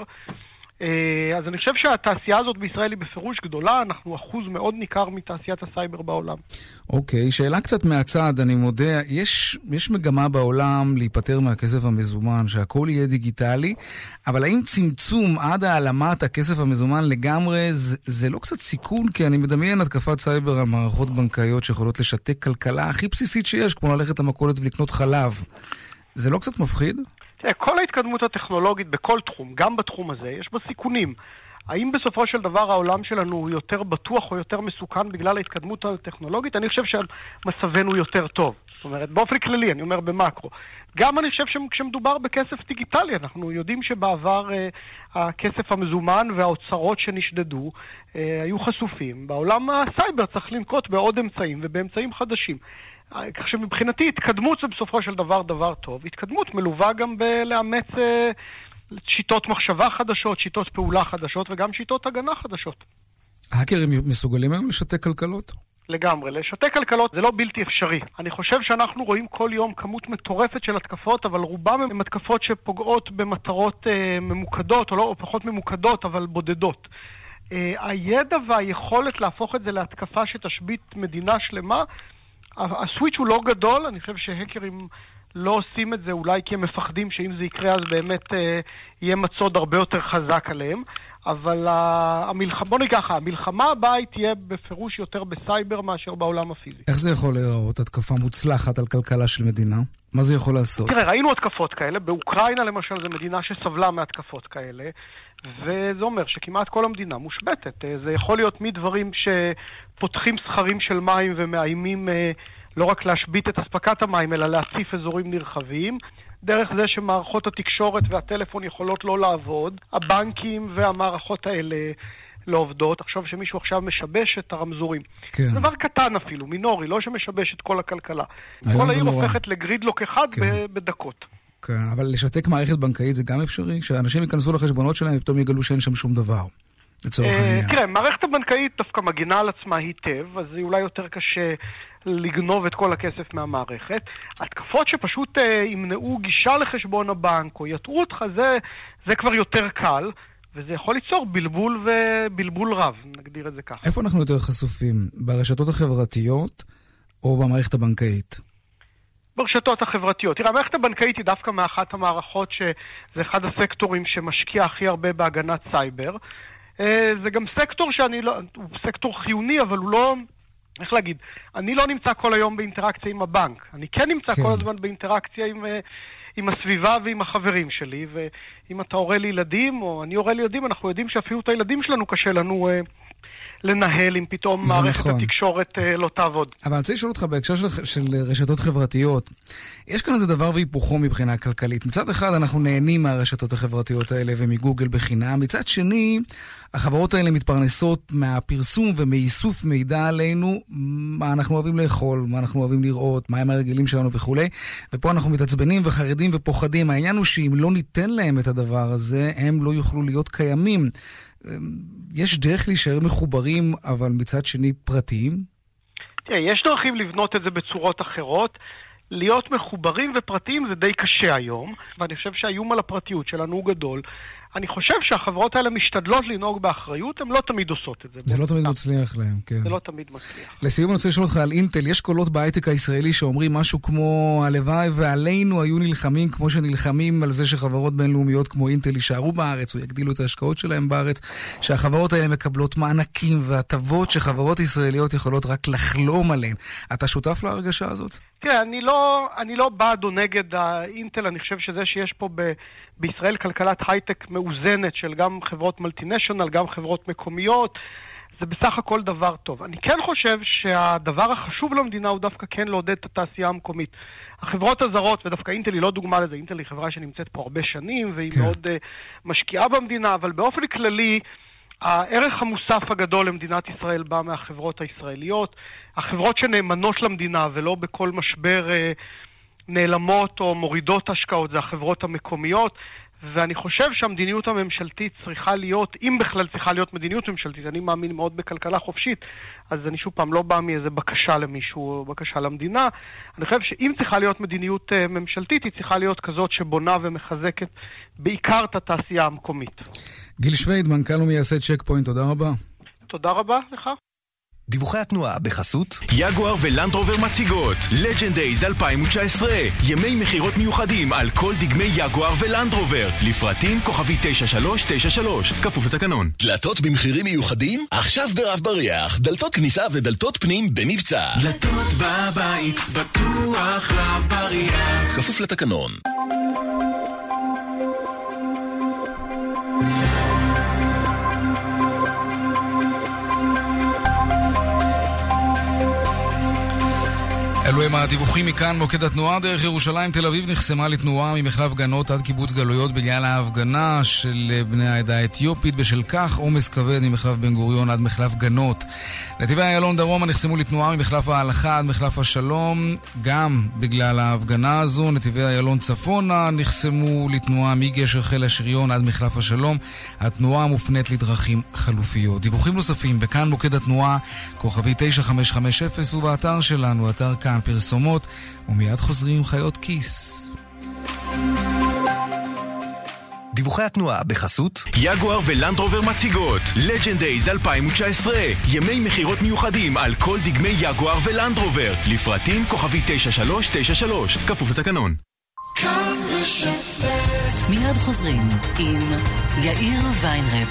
Uh, אז אני חושב שהתעשייה הזאת בישראל היא בפירוש גדולה, אנחנו אחוז מאוד ניכר מתעשיית הסייבר בעולם. אוקיי, okay, שאלה קצת מהצד, אני מודה, יש, יש מגמה בעולם להיפטר מהכסף המזומן, שהכל יהיה דיגיטלי, אבל האם צמצום עד העלמת הכסף המזומן לגמרי, זה, זה לא קצת סיכון? כי אני מדמיין התקפת סייבר על מערכות בנקאיות שיכולות לשתק כלכלה הכי בסיסית שיש, כמו ללכת למכולת ולקנות חלב. זה לא קצת מפחיד? כל ההתקדמות הטכנולוגית בכל תחום, גם בתחום הזה, יש בה סיכונים. האם בסופו של דבר העולם שלנו הוא יותר בטוח או יותר מסוכן בגלל ההתקדמות הטכנולוגית? אני חושב שמצבנו יותר טוב. זאת אומרת, באופן כללי, אני אומר במקרו. גם אני חושב שכשמדובר בכסף דיגיטלי, אנחנו יודעים שבעבר אה, הכסף המזומן והאוצרות שנשדדו אה, היו חשופים. בעולם הסייבר צריך לנקוט בעוד אמצעים ובאמצעים חדשים. כך שמבחינתי התקדמות זה בסופו של דבר דבר טוב. התקדמות מלווה גם בלאמץ אה, שיטות מחשבה חדשות, שיטות פעולה חדשות וגם שיטות הגנה חדשות. האקרים מסוגלים היום לשתק כלכלות? לגמרי. לשתק כלכלות זה לא בלתי אפשרי. אני חושב שאנחנו רואים כל יום כמות מטורפת של התקפות, אבל רובם הן התקפות שפוגעות במטרות אה, ממוקדות, או לא, או פחות ממוקדות, אבל בודדות. אה, הידע והיכולת להפוך את זה להתקפה שתשבית מדינה שלמה, הסוויץ' הוא לא גדול, אני חושב שהקרים לא עושים את זה אולי כי הם מפחדים שאם זה יקרה אז באמת אה, יהיה מצוד הרבה יותר חזק עליהם, אבל המלחמה, בוא נגיד ככה, המלחמה הבאה היא תהיה בפירוש יותר בסייבר מאשר בעולם הפיזי. איך זה יכול להיראות, התקפה מוצלחת על כלכלה של מדינה? מה זה יכול לעשות? תראה, ראינו התקפות כאלה, באוקראינה למשל זו מדינה שסבלה מהתקפות כאלה, וזה אומר שכמעט כל המדינה מושבתת. זה יכול להיות מדברים שפותחים סחרים של מים ומאיימים לא רק להשבית את הספקת המים, אלא להציף אזורים נרחבים, דרך זה שמערכות התקשורת והטלפון יכולות לא לעבוד, הבנקים והמערכות האלה לא עובדות, עכשיו שמישהו עכשיו משבש את הרמזורים. כן. זה דבר קטן אפילו, מינורי, לא שמשבש את כל הכלכלה. כל העיר הופכת לגרידלוק אחד כן. בדקות. כן, אבל לשתק מערכת בנקאית זה גם אפשרי? שאנשים ייכנסו לחשבונות שלהם ופתאום יגלו שאין שם שום דבר. לצורך העניין. תראה, מערכת הבנקאית דווקא מגינה על עצמה היטב, אז זה אולי יותר קשה לגנוב את כל הכסף מהמערכת. התקפות שפשוט ימנעו גישה לחשבון הבנק או יתרו אותך, זה, זה כבר יותר קל, וזה יכול ליצור בלבול ובלבול רב, נגדיר את זה ככה. איפה אנחנו יותר חשופים? ברשתות החברתיות או במערכת הבנקאית? ברשתות החברתיות. תראה, המערכת הבנקאית היא דווקא מאחת המערכות שזה אחד הסקטורים שמשקיע הכי הרבה בהגנת סייבר. זה גם סקטור שאני לא, הוא סקטור חיוני, אבל הוא לא, איך להגיד, אני לא נמצא כל היום באינטראקציה עם הבנק. אני כן נמצא כן. כל הזמן באינטראקציה עם, עם הסביבה ועם החברים שלי, ואם אתה הורה לילדים, או אני הורה לילדים, אנחנו יודעים שאפילו את הילדים שלנו קשה לנו לנהל אם פתאום מערכת נכון. התקשורת אה, לא תעבוד. אבל אני רוצה לשאול אותך בהקשר של, של רשתות חברתיות, יש כאן איזה דבר והיפוכו מבחינה כלכלית. מצד אחד אנחנו נהנים מהרשתות החברתיות האלה ומגוגל בחינם, מצד שני החברות האלה מתפרנסות מהפרסום ומאיסוף מידע עלינו, מה אנחנו אוהבים לאכול, מה אנחנו אוהבים לראות, מה הם הרגלים שלנו וכו'. ופה אנחנו מתעצבנים וחרדים ופוחדים. העניין הוא שאם לא ניתן להם את הדבר הזה, הם לא יוכלו להיות קיימים. יש דרך להישאר מחוברים, אבל מצד שני פרטיים? תראה, יש דרכים לבנות את זה בצורות אחרות. להיות מחוברים ופרטיים זה די קשה היום, ואני חושב שהאיום על הפרטיות שלנו הוא גדול. אני חושב שהחברות האלה משתדלות לנהוג באחריות, הן לא תמיד עושות את זה. זה לא תמיד מצליח להם, כן. זה לא תמיד מצליח. לסיום אני רוצה לשאול אותך על אינטל, יש קולות בהייטק הישראלי שאומרים משהו כמו הלוואי ועלינו היו נלחמים כמו שנלחמים על זה שחברות בינלאומיות כמו אינטל יישארו בארץ או יגדילו את ההשקעות שלהם בארץ, שהחברות האלה מקבלות מענקים והטבות שחברות ישראליות יכולות רק לחלום עליהן. אתה שותף להרגשה הזאת? תראה, אני לא, אני לא בעד או נגד האינטל, אני חושב שזה שיש פה ב, בישראל כלכלת הייטק מאוזנת של גם חברות מולטינשיונל, גם חברות מקומיות, זה בסך הכל דבר טוב. אני כן חושב שהדבר החשוב למדינה הוא דווקא כן לעודד את התעשייה המקומית. החברות הזרות, ודווקא אינטל היא לא דוגמה לזה, אינטל היא חברה שנמצאת פה הרבה שנים, והיא כן. מאוד uh, משקיעה במדינה, אבל באופן כללי, הערך המוסף הגדול למדינת ישראל בא מהחברות הישראליות, החברות שנאמנות למדינה ולא בכל משבר uh, נעלמות או מורידות השקעות, זה החברות המקומיות, ואני חושב שהמדיניות הממשלתית צריכה להיות, אם בכלל צריכה להיות מדיניות ממשלתית, אני מאמין מאוד בכלכלה חופשית, אז אני שוב פעם לא בא מאיזה בקשה למישהו, בקשה למדינה. אני חושב שאם צריכה להיות מדיניות uh, ממשלתית, היא צריכה להיות כזאת שבונה ומחזקת בעיקר את התעשייה המקומית. גיל שוויד, מנכ"ל ומייסד צ'ק פוינט, תודה רבה. תודה רבה לך. דיווחי התנועה בחסות יגואר ולנד רובר מציגות לג'נד דייז אלפיים תשע עשרה, ימי מחירות מיוחדים על כל דגמי יגואר ולנד רובר, לפרטים כוכבי תשע שלוש תשע שלוש, כפוף לתקנון. דלתות במחירים מיוחדים עכשיו ברב בריח, דלתות כניסה ודלתות פנים במבצע. דלתות בבית בטוח רב בריח, כפוף לתקנון. אלו הם הדיווחים מכאן. מוקד התנועה דרך ירושלים תל אביב נחסמה לתנועה ממחלף גנות עד קיבוץ גלויות בגלל ההפגנה של בני העדה האתיופית. בשל כך עומס כבד ממחלף בן גוריון עד מחלף גנות. נתיבי איילון דרומה נחסמו לתנועה ממחלף ההלכה עד מחלף השלום גם בגלל ההפגנה הזו. נתיבי איילון צפונה נחסמו לתנועה מגשר חיל השריון עד מחלף השלום. התנועה מופנית לדרכים חלופיות. דיווחים נוספים בכאן מוקד התנועה כוכבי תשע חמש חמש אפס ובאתר שלנו, אתר כאן פרסומות, ומיד חוזרים עם חיות כיס. דיווחי התנועה בחסות יגואר ולנד רובר מציגות לג'נד דייז אלפיים תשע עשרה, ימי מחירות מיוחדים על כל דגמי יגואר ולנד רובר, לפרטים כוכבי תשע שלוש תשע שלוש, כפוף לתקנון. מיד חוזרים עם יאיר ויינרב.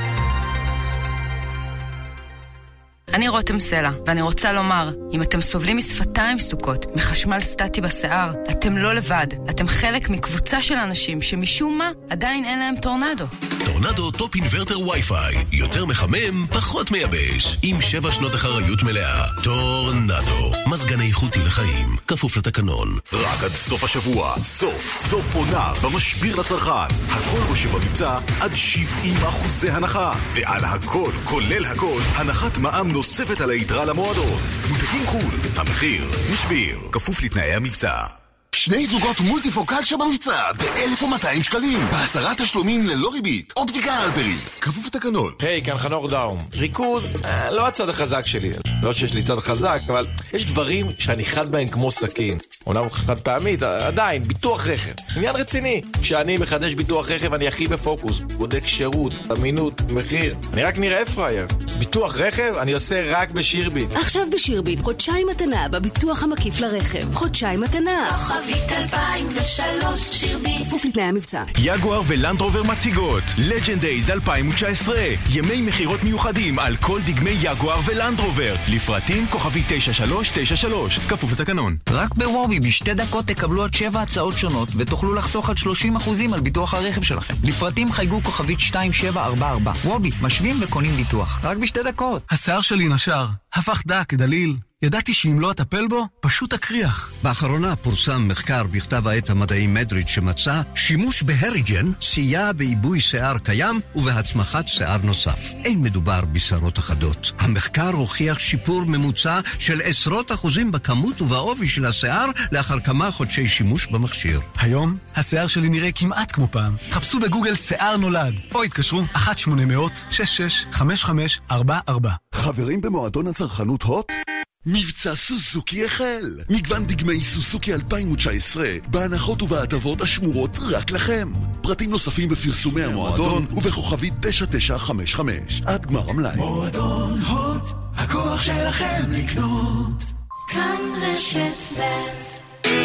אני רותם סלע, ואני רוצה לומר, אם אתם סובלים משפתיים סוכות, מחשמל סטטי בשיער, אתם לא לבד. אתם חלק מקבוצה של אנשים שמשום מה עדיין אין להם טורנדו. טורנדו טופ אינברטר וי-פיי. יותר מחמם, פחות מייבש. עם שבע שנות אחריות מלאה. טורנדו. מזגן איכותי לחיים. כפוף לתקנון. רק עד סוף השבוע. סוף. סוף עונה במשביר לצרכן. הכל ראשי במבצע עד שבעים אחוזי הנחה. ועל הכל, כולל הכל, הנחת מע"מ נוספת על היתרה למועדון. מותגים חול. המחיר משביר. כפוף לתנאי המבצע. שני זוגות מולטיפוקל שבמבצע ב-אלף ומאתיים שקלים. בעשרה תשלומים ללא ריבית. אופטיקה אלפרי. כפוף לתקנון. היי, כאן חנוך דאום. ריכוז, אה, לא הצד החזק שלי. לא שיש לי צד חזק, אבל יש דברים שאני חד בהם כמו סכין. אומנם חד פעמית, עדיין, ביטוח רכב. עניין רציני. כשאני מחדש ביטוח רכב, אני הכי בפוקוס. בודק שירות, אמינות, מחיר. אני רק נראה פרייר. ביטוח רכב, אני עושה רק בשירביט. עכשיו בשירביט, חודשיים מתנה בביטוח המקיף לרכב. חודשיים מתנה. כוכבית אלפיים ושלוש שירביט. כפוף לתנאי המבצע. יגואר ולנד רובר מציגות לג'נד דייז אלפיים תשע עשרה, ימי מחירות מיוחדים על כל דגמי יגואר ולנד רובר, לפרטים כוכבי תשע שלוש תשע שלוש, כפוף לתקנון. רק בוובי בשתי דקות תקבלו עד שבע הצעות שונות ותוכלו לחסוך עד שלושים אחוזים על ביטוח הרכב שלכם. לפרטים חייגו כוכבית שתיים שבע ארבע ארבע. וובי, משווים וקונים ביטוח. רק בשתי דקות. השיער שלי נשר, הפך דק, דליל. ידעתי שאם לא אטפל בו, פשוט אקריח. באחרונה פורסם מחקר בכתב העת המדעי מדריד שמצא שימוש בהריג'ן סייע בעיבוי שיער קיים ובהצמחת שיער נוסף. אין מדובר בשרות אחדות. המחקר הוכיח שיפור ממוצע של עשרות אחוזים בכמות ובעובי של השיער לאחר כמה חודשי שימוש במכשיר. היום השיער שלי נראה כמעט כמו פעם. חפשו בגוגל שיער נולד או התקשרו אחת שמונה מאות שש שש חמש חמש ארבע ארבע. חברים במועדון הצרכנות הוט? מבצע סוזוקי החל. מגוון דגמי סוזוקי אלפיים תשע עשרה בהנחות ובהטבות השמורות רק לכם. פרטים נוספים בפרסומי המועדון ובכוכבית תשע תשע חמש חמש עד גמר המלאי. מועדון הוט, הכוח שלכם לקנות. כאן רשת ב'.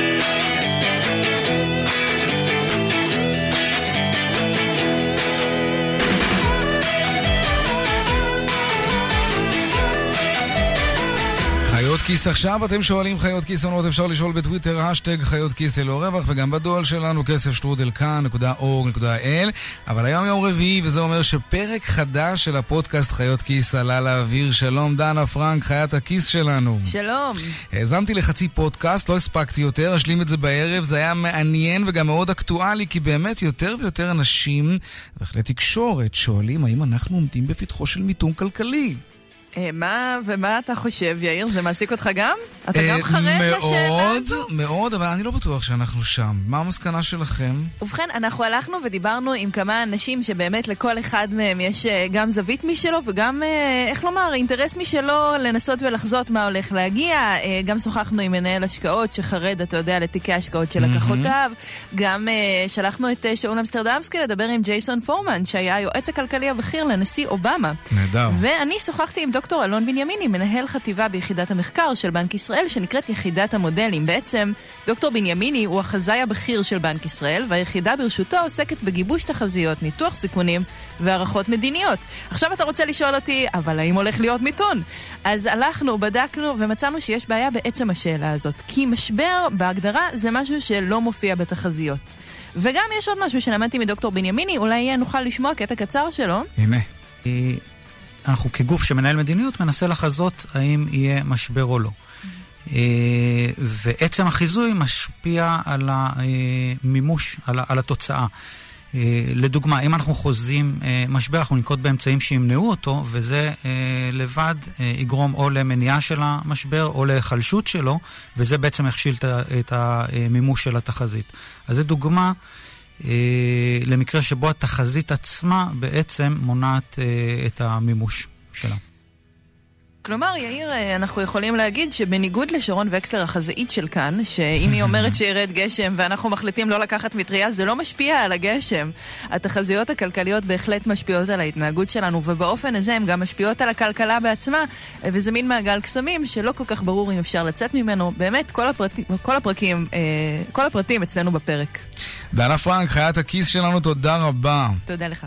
חיות כיס עכשיו, אתם שואלים חיות כיס עונות, אפשר לשאול בטוויטר, השטג חיות כיס ללא רווח, וגם בדואל שלנו, כסף שטרודל כאן נקודה אורג נקודה איי אל. אבל היום יום רביעי, וזה אומר שפרק חדש של הפודקאסט חיות כיס עלה לאוויר. שלום דנה פרנק, חיית הכיס שלנו. שלום. הזמתי לחצי פודקאסט, לא הספקתי יותר, אשלים את זה בערב, זה היה מעניין וגם מאוד אקטואלי, כי באמת יותר ויותר אנשים, וכלי תקשורת, שואלים האם אנחנו עומדים בפתחו של מיתון כלכלי. מה ומה אתה חושב, יאיר? זה מעסיק אותך גם? אתה גם חרד לשאלה הזו? מאוד, מאוד, אבל אני לא בטוח שאנחנו שם. מה המסקנה שלכם? ובכן, אנחנו הלכנו ודיברנו עם כמה אנשים שבאמת לכל אחד מהם יש גם זווית משלו וגם, איך לומר, אינטרס משלו לנסות ולחזות מה הולך להגיע. גם שוחחנו עם מנהל השקעות שחרד, אתה יודע, לתיקי השקעות של לקוחותיו. גם שלחנו את שאול אמסטרדמסקי לדבר עם ג'ייסון פורמן, שהיה היועץ הכלכלי הבכיר לנשיא אובמה. נהדר. ואני שוחחתי עם דוקטור אלון בנימיני, מנהל חטיבה ביחידת המחקר של בנק ישראל, שנקראת יחידת המודלים. בעצם, דוקטור בנימיני הוא החזאי הבכיר של בנק ישראל, והיחידה ברשותו עוסקת בגיבוש תחזיות, ניתוח סיכונים והערכות מדיניות. עכשיו אתה רוצה לשאול אותי, אבל האם הולך להיות מיתון? אז הלכנו, בדקנו, ומצאנו שיש בעיה בעצם השאלה הזאת. כי משבר בהגדרה זה משהו שלא מופיע בתחזיות. וגם יש עוד משהו שלמדתי מדוקטור בנימיני, אולי נוכל לשמוע קטע קצר שלו. הנה. אנחנו כגוף שמנהל מדיניות מנסה לחזות האם יהיה משבר או לא. ועצם החיזוי משפיע על המימוש, על התוצאה. לדוגמה, אם אנחנו חוזים משבר, אנחנו ננקוט באמצעים שימנעו אותו, וזה לבד יגרום או למניעה של המשבר או להיחלשות שלו, וזה בעצם יכשיל את המימוש של התחזית. אז זו דוגמה למקרה שבו התחזית עצמה בעצם מונעת את המימוש שלה. כלומר, יאיר, אנחנו יכולים להגיד שבניגוד לשרון וקסלר החזאית של כאן, שאם היא אומרת שירד גשם ואנחנו מחליטים לא לקחת מטריה, זה לא משפיע על הגשם. התחזיות הכלכליות בהחלט משפיעות על ההתנהגות שלנו, ובאופן הזה הן גם משפיעות על הכלכלה בעצמה, וזה מין מעגל קסמים שלא כל כך ברור אם אפשר לצאת ממנו. באמת, כל הפרטים, כל הפרקים, כל הפרטים אצלנו בפרק. דנה פרנק, חיית הכיס שלנו, תודה רבה. תודה לך.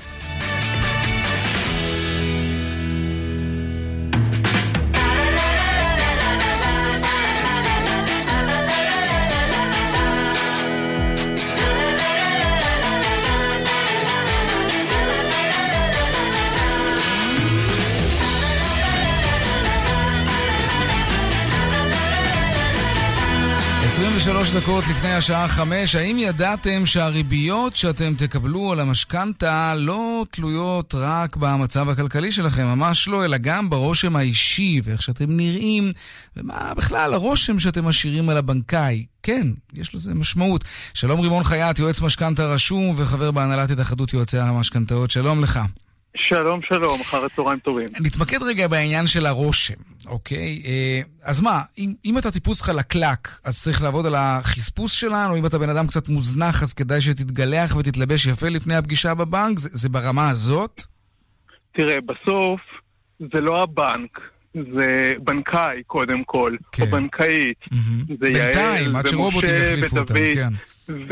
עשרים ושלוש דקות לפני השעה חמש, האם ידעתם שהריביות שאתם תקבלו על המשכנתה לא תלויות רק במצב הכלכלי שלכם? ממש לא, אלא גם ברושם האישי ואיך שאתם נראים, ומה בכלל הרושם שאתם משאירים על הבנקאי. כן, יש לזה משמעות. שלום רימון חייט, יועץ משכנתה רשום וחבר בהנהלת התאחדות יועצי המשכנתאות. שלום לך. שלום, שלום, אחר הצהריים טובים. נתמקד רגע בעניין של הרושם, אוקיי? אז מה, אם, אם אתה טיפוס חלקלק, אז צריך לעבוד על החספוס שלנו, אם אתה בן אדם קצת מוזנח, אז כדאי שתתגלח ותתלבש יפה לפני הפגישה בבנק, זה, זה ברמה הזאת? תראה, בסוף זה לא הבנק, זה בנקאי קודם כל, כן. או בנקאית. Mm-hmm. זה בינתיים, יעל, עד שרובוטים יחליפו אותם, כן. ו...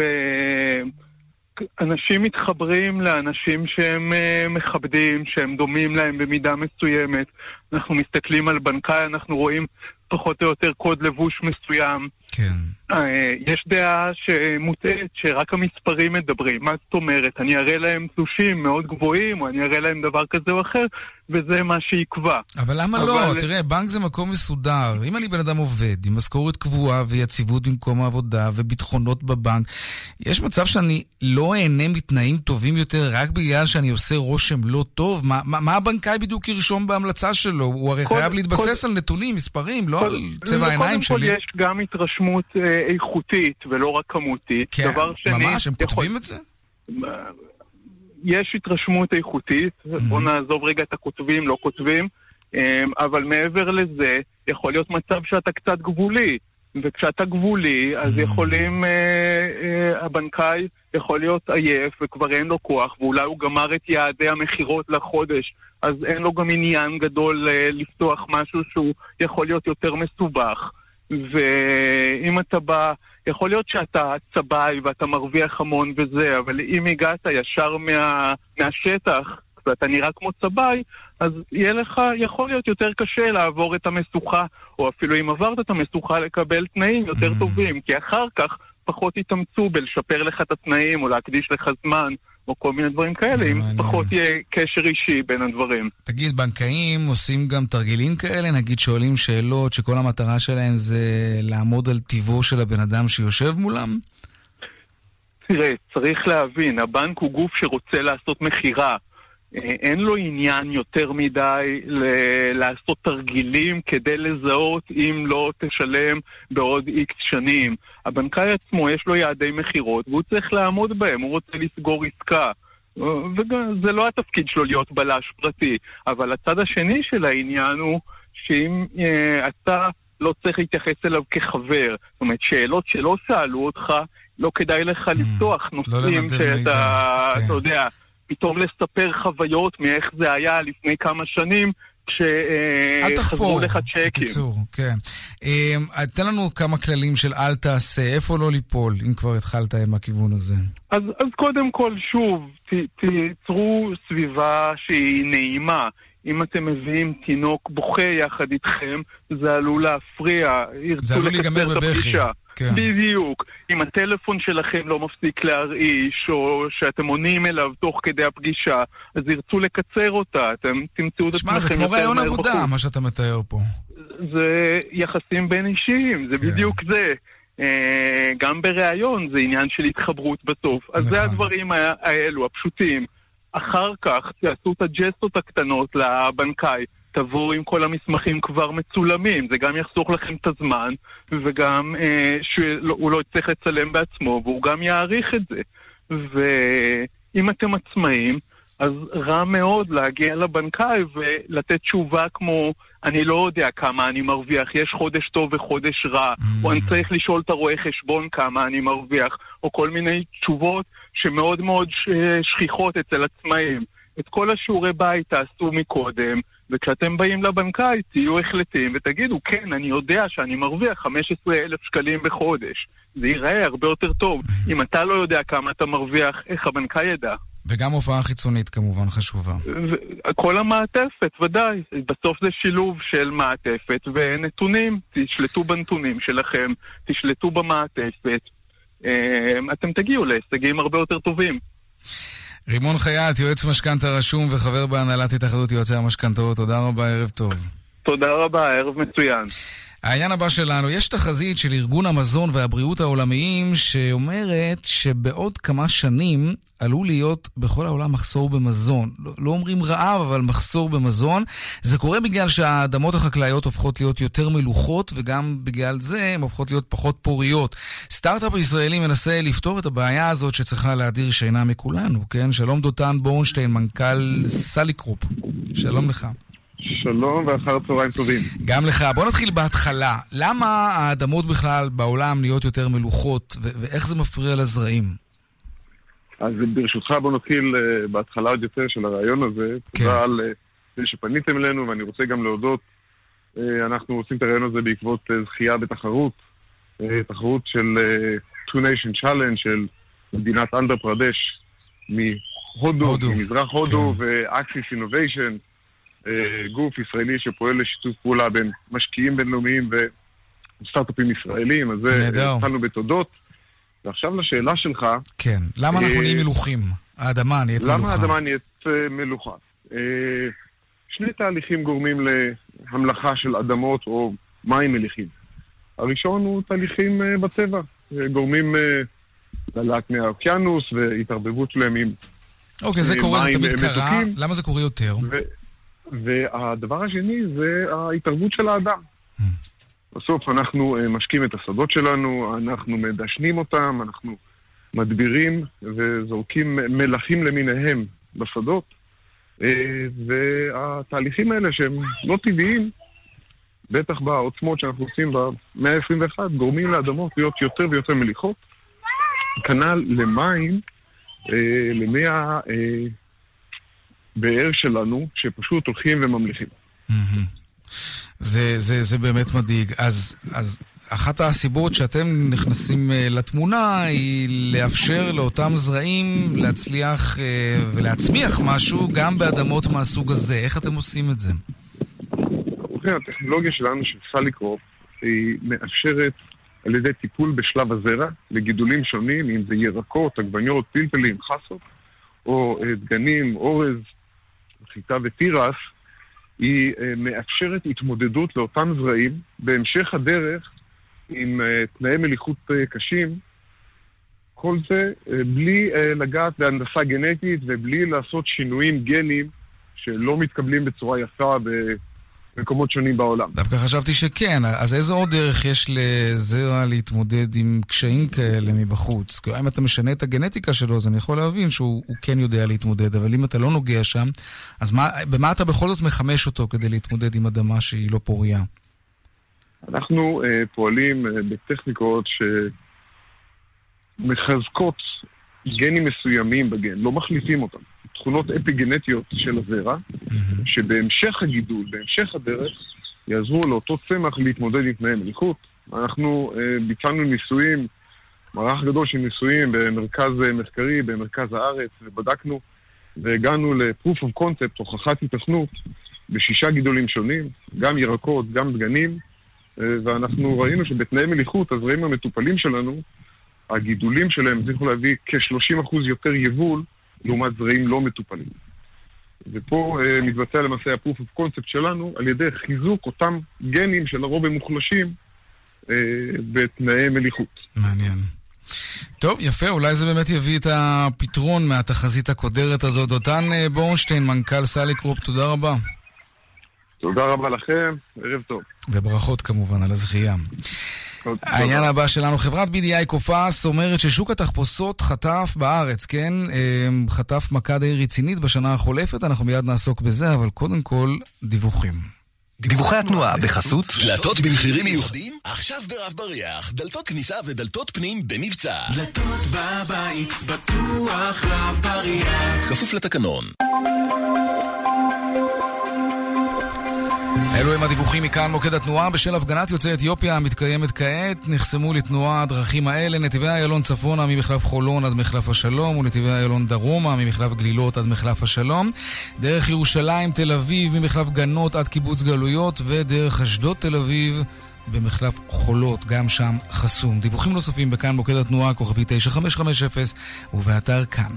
אנשים מתחברים לאנשים שהם uh, מכבדים, שהם דומים להם במידה מסוימת. אנחנו מסתכלים על בנקאי, אנחנו רואים פחות או יותר קוד לבוש מסוים. כן. Uh, יש דעה שמוטעת שרק המספרים מדברים. מה זאת אומרת? אני אראה להם תלושים מאוד גבוהים, או אני אראה להם דבר כזה או אחר, וזה מה שיקבע. אבל למה אבל... לא? תראה, בנק זה מקום מסודר. אם אני בן אדם עובד, עם משכורת קבועה ויציבות במקום העבודה וביטחונות בבנק, יש מצב שאני לא אהנה מתנאים טובים יותר רק בגלל שאני עושה רושם לא טוב? מה, מה, מה הבנקאי בדיוק ירשום בהמלצה שלו? הוא הרי כל, חייב להתבסס כל... על נתונים, מספרים, לא כל... על צבע העיניים שלי. קודם כל יש גם התרשמות אה, איכותית ולא רק כמותית. כן, דבר שני, ממש, הם יכול... כותבים את זה? יש התרשמות איכותית, mm-hmm. בוא נעזוב רגע את הכותבים, לא כותבים, אבל מעבר לזה, יכול להיות מצב שאתה קצת גבולי, וכשאתה גבולי, אז יכולים, אה, אה, הבנקאי יכול להיות עייף וכבר אין לו כוח, ואולי הוא גמר את יעדי המחירות לחודש, אז אין לו גם עניין גדול אה, לפתוח משהו שהוא יכול להיות יותר מסובך. ואם אתה בא, יכול להיות שאתה צבאי ואתה מרוויח המון וזה, אבל אם הגעת ישר מה, מהשטח, ואתה נראה כמו צבאי, אז יהיה לך, יכול להיות יותר קשה לעבור את המסוכה, או אפילו אם עברת את המסוכה לקבל תנאים יותר mm. טובים, כי אחר כך פחות יתאמצו בלשפר לך את התנאים, או להקדיש לך זמן, או כל מיני דברים כאלה, אם פחות יהיה קשר אישי בין הדברים. תגיד, בנקאים עושים גם תרגילים כאלה? נגיד שואלים שאלות שכל המטרה שלהם זה לעמוד על טיבו של הבן אדם שיושב מולם? תראה, צריך להבין, הבנק הוא גוף שרוצה לעשות מחירה. אין לו עניין יותר מדי ל- לעשות תרגילים כדי לזהות אם לא תשלם בעוד איקס שנים. הבנקאי עצמו יש לו יעדי מחירות והוא צריך לעמוד בהם, הוא רוצה לסגור עסקה. וזה לא התפקיד שלו להיות בלש פרטי, אבל הצד השני של העניין הוא שאם אה, אתה לא צריך להתייחס אליו כחבר, זאת אומרת שאלות שלא שאלו אותך, לא כדאי לך לפתוח נושאים שאתה, אתה יודע, פתאום לספר חוויות מאיך זה היה לפני כמה שנים, כשחזרו לך צ'קים. בקיצור, כן. תן לנו כמה כללים של אל תעשה, איפה לא ליפול, אם כבר התחלת עם הכיוון הזה. אז, אז קודם כל, שוב, ת, תיצרו סביבה שהיא נעימה. אם אתם מביאים תינוק בוכה יחד איתכם, זה עלול להפריע, ירצו לקצר את הפגישה. כן. בדיוק. אם הטלפון שלכם לא מפסיק להרעיש, או שאתם עונים אליו תוך כדי הפגישה, אז ירצו לקצר אותה. אתם תמצאו את עצמכם יותר מהר בחוץ. שמע, זה כמו רעיון עבודה, מה שאתה מתאר פה. זה יחסים בין אישיים, זה כן. בדיוק זה. גם ברעיון זה עניין של התחברות בסוף. אז נכון. זה הדברים האלו, הפשוטים. אחר כך תעשו את הג'סטות הקטנות לבנקאי, תבואו עם כל המסמכים כבר מצולמים, זה גם יחסוך לכם את הזמן, וגם אה, שהוא לא יצטרך לצלם בעצמו, והוא גם יעריך את זה. ואם אתם עצמאים, אז רע מאוד להגיע לבנקאי ולתת תשובה כמו, אני לא יודע כמה אני מרוויח, יש חודש טוב וחודש רע, mm. או אני צריך לשאול את הרואה חשבון כמה אני מרוויח, או כל מיני תשובות שמאוד מאוד שכיחות אצל עצמאים. את כל השיעורי בית תעשו מקודם, וכשאתם באים לבנקאי תהיו החלטים ותגידו, כן, אני יודע שאני מרוויח חמישה עשר אלף שקלים בחודש. זה ייראה הרבה יותר טוב. Mm. אם אתה לא יודע כמה אתה מרוויח, איך הבנקאי ידע? וגם הופעה חיצונית כמובן חשובה. כל המעטפת, ודאי. בסוף זה שילוב של מעטפת ונתונים. תשלטו בנתונים שלכם, תשלטו במעטפת. אתם תגיעו להישגים הרבה יותר טובים. רימון חייט, יועץ משכנתא רשום וחבר בהנהלת התאחדות יועצי המשכנתאות. תודה רבה, ערב טוב. תודה רבה, ערב מצוין. העניין הבא שלנו, יש תחזית של ארגון המזון והבריאות העולמיים שאומרת שבעוד כמה שנים עלול להיות בכל העולם מחסור במזון. לא, לא אומרים רעב, אבל מחסור במזון. זה קורה בגלל שהאדמות החקלאיות הופכות להיות יותר מלוכות, וגם בגלל זה הן הופכות להיות פחות פוריות. סטארט-אפ ישראלי מנסה לפתור את הבעיה הזאת שצריכה להדיר שינה מכולנו, כן? שלום דותן בורנשטיין, מנכ"ל סליקרופ. שלום לך. שלום ואחר צהריים טובים. גם לך. בוא נתחיל בהתחלה. למה האדמות בכלל בעולם נהיות יותר מלוכות, ו- ואיך זה מפריע לזרעים? אז ברשותך בוא נתחיל uh, בהתחלה עוד יותר של הרעיון הזה. כן. תודה על זה uh, שפניתם אלינו, ואני רוצה גם להודות. Uh, אנחנו עושים את הרעיון הזה בעקבות uh, זכייה בתחרות. Uh, תחרות של uh, Two Nation Challenge של מדינת אנדר פרדש מהודו, הודו. ממזרח הודו, כן. ו-Axis Innovation. גוף ישראלי שפועל לשיתוף פעולה בין משקיעים בינלאומיים וסטארט-אפים ישראלים, אז זה התחלנו בתודות. ועכשיו לשאלה שלך... כן, למה אנחנו נהיים מלוכים? האדמה נהיית מלוכה. למה האדמה נהיית מלוכה? שני תהליכים גורמים להמלכה של אדמות או מים מליחים. הראשון הוא תהליכים בטבע, גורמים ללהט מהאוקיינוס והתערבבות שלהם עם... אוקיי, זה קורה, זה תמיד קרה. למה זה קורה יותר? והדבר השני זה ההתערבות של האדם. בסוף אנחנו משקים את השדות שלנו, אנחנו מדשנים אותם, אנחנו מדבירים וזורקים מלחים למיניהם בשדות, והתהליכים האלה שהם לא טבעיים, בטח בעוצמות שאנחנו עושים במאה ה-עשרים ואחת, גורמים לאדמות להיות יותר ויותר מליחות. כנ"ל למים, אה, למי הבאר שלנו, שפשוט הולכים וממליכים. זה, זה, זה באמת מדאיג. אז, אז אחת הסיבות שאתם נכנסים לתמונה היא לאפשר לאותם זרעים להצליח ולהצמיח משהו גם באדמות מהסוג הזה. איך אתם עושים את זה? הטכנולוגיה שלנו של סליקרופ היא מאפשרת על ידי טיפול בשלב הזרע לגידולים שונים, אם זה ירקות, עגבניות, פלפלים, חסות, או דגנים, אורז, חיטה ותירס, היא מאפשרת התמודדות לאותם זרעים בהמשך הדרך עם תנאי מליחות קשים, כל זה בלי לגעת בהנדסה גנטית ובלי לעשות שינויים גנים שלא מתקבלים בצורה יפה במקומות שונים בעולם. דווקא חשבתי שכן, אז איזה עוד דרך יש לזרע להתמודד עם קשיים כאלה מבחוץ? כי אם אתה משנה את הגנטיקה שלו, אז אני יכול להבין שהוא כן יודע להתמודד, אבל אם אתה לא נוגע שם, אז מה, במה אתה בכל זאת מחמש אותו כדי להתמודד עם אדמה שהיא לא פוריה? אנחנו uh, פועלים uh, בטכניקות שמחזקות גנים מסוימים בגן, לא מחליפים אותם. תכונות אפיגנטיות של הזרע, mm-hmm. שבהמשך הגידול, בהמשך הדרך, יעזרו לאותו צמח להתמודד עם תנאי מליחות. אנחנו uh, ביצענו ניסויים, מערך גדול של ניסויים במרכז מחקרי, במרכז הארץ, ובדקנו והגענו ל-proof of concept, הוכחת התכנות, בשישה גידולים שונים, גם ירקות, גם דגנים, ואנחנו ראינו שבתנאי מליחות, הזרעים המטופלים שלנו, הגידולים שלהם צריכו להביא כ-שלושים אחוז יותר יבול, לעומת זרעים לא מטופלים. ופה uh, מתבצע למעשה ה-proof of concept שלנו, על ידי חיזוק אותם גנים שלרוב הם מוחלשים, uh, בתנאי מליחות. מעניין. טוב, יפה, אולי זה באמת יביא את הפתרון מהתחזית הקודרת הזאת. דותן בורנשטיין, מנכ"ל סליקרופ, תודה רבה. תודה רבה לכם, ערב טוב. וברכות כמובן על הזכייה. העניין הבא שלנו, חברת בי די איי קופס אומרת ששוק התחפושות חטף בארץ, כן? חטף מכה די רצינית בשנה החולפת, אנחנו מיד נעסוק בזה, אבל קודם כל דיווחים. דיווחי התנועה בחסות דלתות במחירים מיוחדים? עכשיו ברב בריח, דלתות כניסה ודלתות פנים במבצע. דלתות בבית, בטוח רב בריח. כפוף לתקנון. אלו הם הדיווחים מכאן מוקד התנועה. בשל הפגנת יוצאי אתיופיה המתקיימת כעת, נחסמו לתנועה הדרכים האלה: נתיבי איילון צפונה ממחלף חולון עד מחלף השלום, ונתיבי איילון דרומה ממחלף גלילות עד מחלף השלום, דרך ירושלים תל אביב ממחלף גנות עד קיבוץ גלויות, ודרך אשדוד תל אביב במחלף חולות, גם שם חסום. דיווחים נוספים בכאן מוקד התנועה, כוכבי תשע חמש חמש אפס, ובאתר כאן.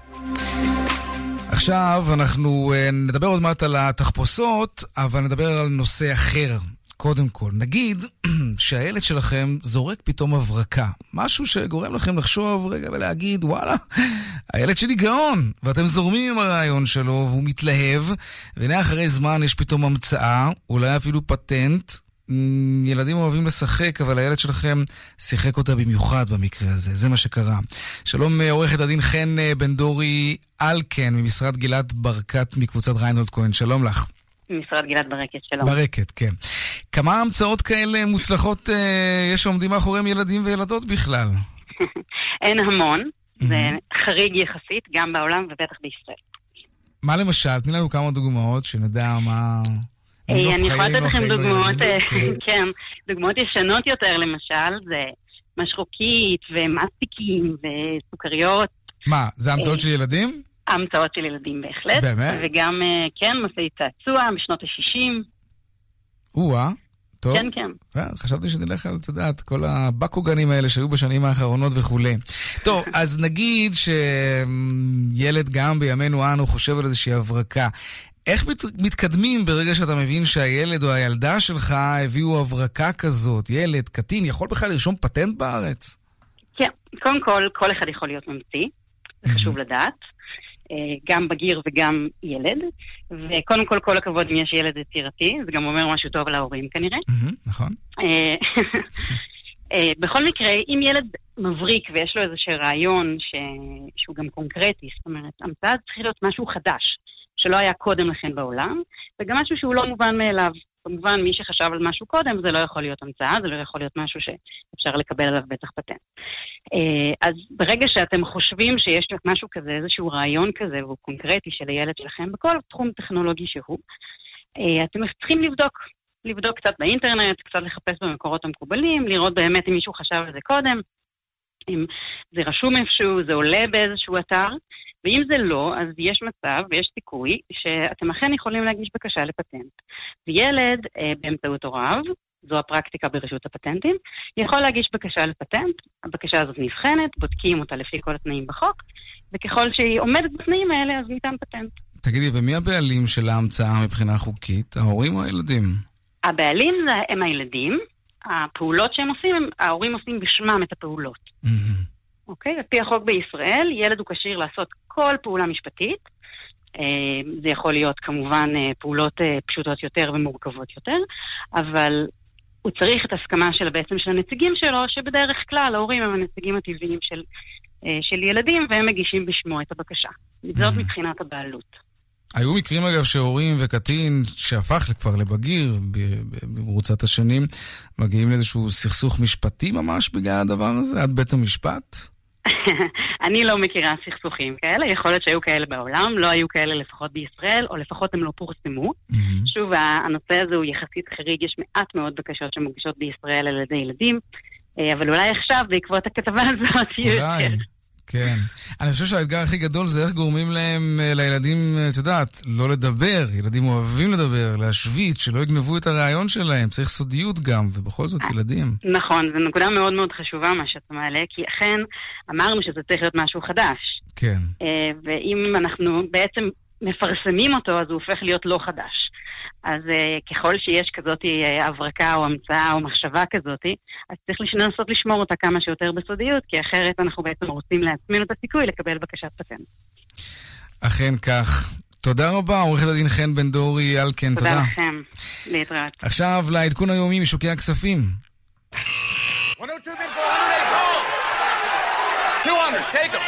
עכשיו אנחנו נדבר עוד מעט על התחפושות, אבל נדבר על נושא אחר. קודם כל, נגיד שהילד שלכם זורק פתאום הברקה, משהו שגורם לכם לחשוב רגע ולהגיד, וואלה, הילד שלי גאון, ואתם זורמים עם הרעיון שלו והוא מתלהב, והנה אחרי זמן יש פתאום המצאה, אולי אפילו פטנט. ילדים אוהבים לשחק, אבל הילד שלכם שיחק אותה במיוחד במקרה הזה. זה מה שקרה. שלום עורכת הדין חן בן דורי אלקן ממשרד גלעד ברקת מקבוצת ריינולד כהן. שלום לך. משרד גלעד ברקת, שלום. ברקת, כן. כמה המצאות כאלה מוצלחות יש שעומדים מאחוריהם ילדים וילדות בכלל? אין המון. זה חריג יחסית גם בעולם ובטח בישראל. מה למשל? תני לנו כמה דוגמאות שנדע מה... אני יכולה לתת לכם דוגמאות, כן, דוגמאות ישנות יותר למשל, זה משרוקית ומסטיקים וסוכריות. מה, זה המצאות של ילדים? המצאות של ילדים בהחלט. באמת? וגם, כן, מסעי צעצוע בשנות ה-שישים. או-אה, טוב. כן, כן. חשבתי שנלך על, תדעת, כל הבקוגנים האלה שהיו בשנים האחרונות וכולי. טוב, אז נגיד שילד גם בימינו אנו חושב על איזושהי הברקה. איך מת, מתקדמים ברגע שאתה מבין שהילד או הילדה שלך הביאו הברקה כזאת? ילד, קטין, יכול בכלל לרשום פטנט בארץ? כן, קודם כל, כל אחד יכול להיות ממציא, זה חשוב לדעת, גם בגיר וגם ילד, וקודם כל, כל הכבוד אם יש ילד יצירתי, זה גם אומר משהו טוב להורים כנראה. נכון. בכל מקרה, אם ילד מבריק ויש לו איזשהו רעיון שהוא גם קונקרטי, זאת אומרת, המצאה צריך להיות משהו חדש, שלא היה קודם לכן בעולם, וגם משהו שהוא לא מובן מאליו. כמובן, מי שחשב על משהו קודם, זה לא יכול להיות המצאה, זה לא יכול להיות משהו שאפשר לקבל עליו בטח פטנט. אז ברגע שאתם חושבים שיש משהו כזה, איזשהו רעיון כזה, והוא קונקרטי של הילד שלכם, בכל תחום טכנולוגי שהוא, אתם צריכים לבדוק. לבדוק קצת באינטרנט, קצת לחפש במקורות המקובלים, לראות באמת אם מישהו חשב על זה קודם, אם זה רשום איפשהו, זה עולה באיזשהו אתר, ואם זה לא, אז יש מצב ויש סיכוי שאתם אכן יכולים להגיש בקשה לפטנט. וילד, באמצעות הוריו, זו הפרקטיקה ברשות הפטנטים, יכול להגיש בקשה לפטנט, הבקשה הזאת נבחנת, בודקים אותה לפי כל התנאים בחוק, וככל שהיא עומדת בתנאים האלה, אז ניתן פטנט. תגידי, ומי הבעלים של ההמצאה מבחינה חוקית? ההורים או הילדים? הבעלים הם הילדים, הפעולות שהם עושים, ההורים עושים בשמם את הפעולות. אוקיי? לפי החוק בישראל, ילד הוא כשיר לעשות כל פעולה משפטית. זה יכול להיות כמובן פעולות פשוטות יותר ומורכבות יותר, אבל הוא צריך את הסכמה של בעצם של הנציגים שלו, שבדרך כלל ההורים הם הנציגים הטבעיים של, של ילדים, והם מגישים בשמו את הבקשה. זאת מבחינת הבעלות. היו מקרים אגב שהורים וקטין שהפך כבר לבגיר במרוצת השנים, מגיעים לאיזשהו סכסוך משפטי ממש בגלל הדבר הזה, עד בית המשפט? אני לא מכירה סכסוכים כאלה, יכול להיות שהיו כאלה בעולם, לא היו כאלה לפחות בישראל, או לפחות הם לא פורסמו. שוב, הנושא הזה הוא יחסית חריג, יש מעט מאוד בקשות שמוגשות בישראל על ידי ילדים, אבל אולי עכשיו, בעקבות הכתבה הזאת, אולי. כן. אני חושב שהאתגר הכי גדול זה איך גורמים להם, לילדים, את יודעת, לא לדבר. ילדים אוהבים לדבר, להשוויץ, שלא יגנבו את הרעיון שלהם. צריך סודיות גם, ובכל זאת ילדים. נכון, זו נקודה מאוד מאוד חשובה מה שאתה מעלה, כי אכן אמרנו שזה צריך להיות משהו חדש. כן. ואם אנחנו בעצם מפרסמים אותו, אז הוא הופך להיות לא חדש. אז uh, ככל שיש כזאת uh, הברקה או המצאה או מחשבה כזאת, אז צריך לנסות לשמור אותה כמה שיותר בסודיות, כי אחרת אנחנו בעצם רוצים להצמין את הסיכוי לקבל בקשת פטנט. אכן כך. תודה רבה, עורכת הדין חן בן דורי אלקן, תודה. תודה לכם, להתראות. עכשיו לעדכון היומי משוקי הכספים. Take them.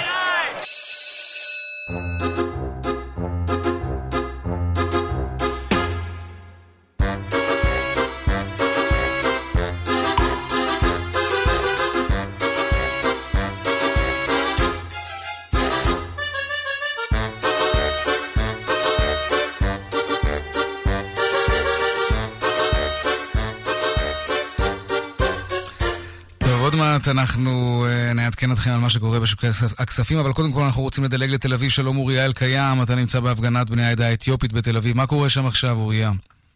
עוד מעט אנחנו נעדכן אתכם על מה שקורה בשוקי הכספים, אבל קודם כל אנחנו רוצים לדלג לתל אביב. שלום אוריה אלקיים, אתה נמצא בהפגנת בני העדה האתיופית בתל אביב. מה קורה שם עכשיו, אוריה?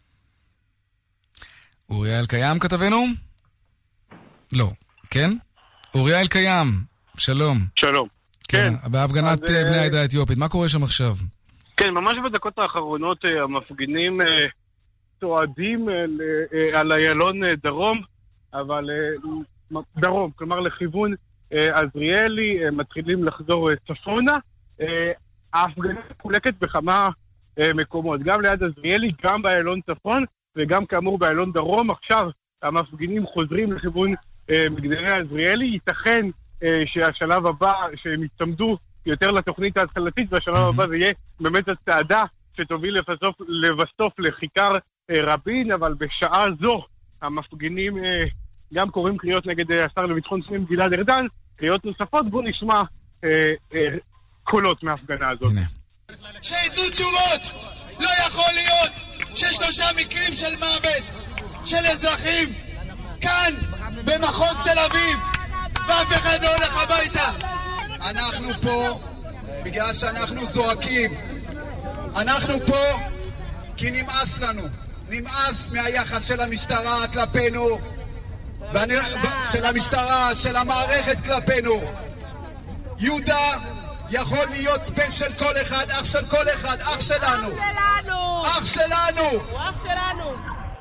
אוריה אלקיים כתבנו? לא. כן? אוריה אלקיים, שלום. שלום. כן. בהפגנת אז, בני העדה האתיופית, מה קורה שם עכשיו? כן, ממש בדקות האחרונות המפגינים צועדים על איילון דרום, אבל דרום, כלומר לכיוון עזריאלי, מתחילים לחזור צפונה. ההפגנה מחולקת בכמה מקומות, גם ליד עזריאלי, גם באיילון צפון, וגם כאמור באיילון דרום. עכשיו המפגינים חוזרים לכיוון מגדלי עזריאלי. ייתכן שהשלב הבא, שהם יצמדו יותר לתוכנית ההתחלתית, והשלב הבא זה יהיה באמת הצעדה שתוביל לבסוף, לבסוף לכיכר רבין, אבל בשעה זו המפגינים גם קוראים קריאות נגד השר לביטחון פנים גלעד ארדן, קריאות נוספות. בואו נשמע אה, אה, קולות מההפגנה הזאת. שיתנו תשובות! לא יכול להיות ששלושה מקרים של מוות של אזרחים כאן במחוז תל אביב ואף אחד לא הולך הביתה. אנחנו פה בגלל שאנחנו זועקים. אנחנו פה כי נמאס לנו. נמאס מהיחס של המשטרה כלפינו, ואני, של המשטרה, של המערכת כלפינו. יהודה יכול להיות בן של כל אחד, אח של כל אחד, אח שלנו. אח שלנו! הוא אח שלנו!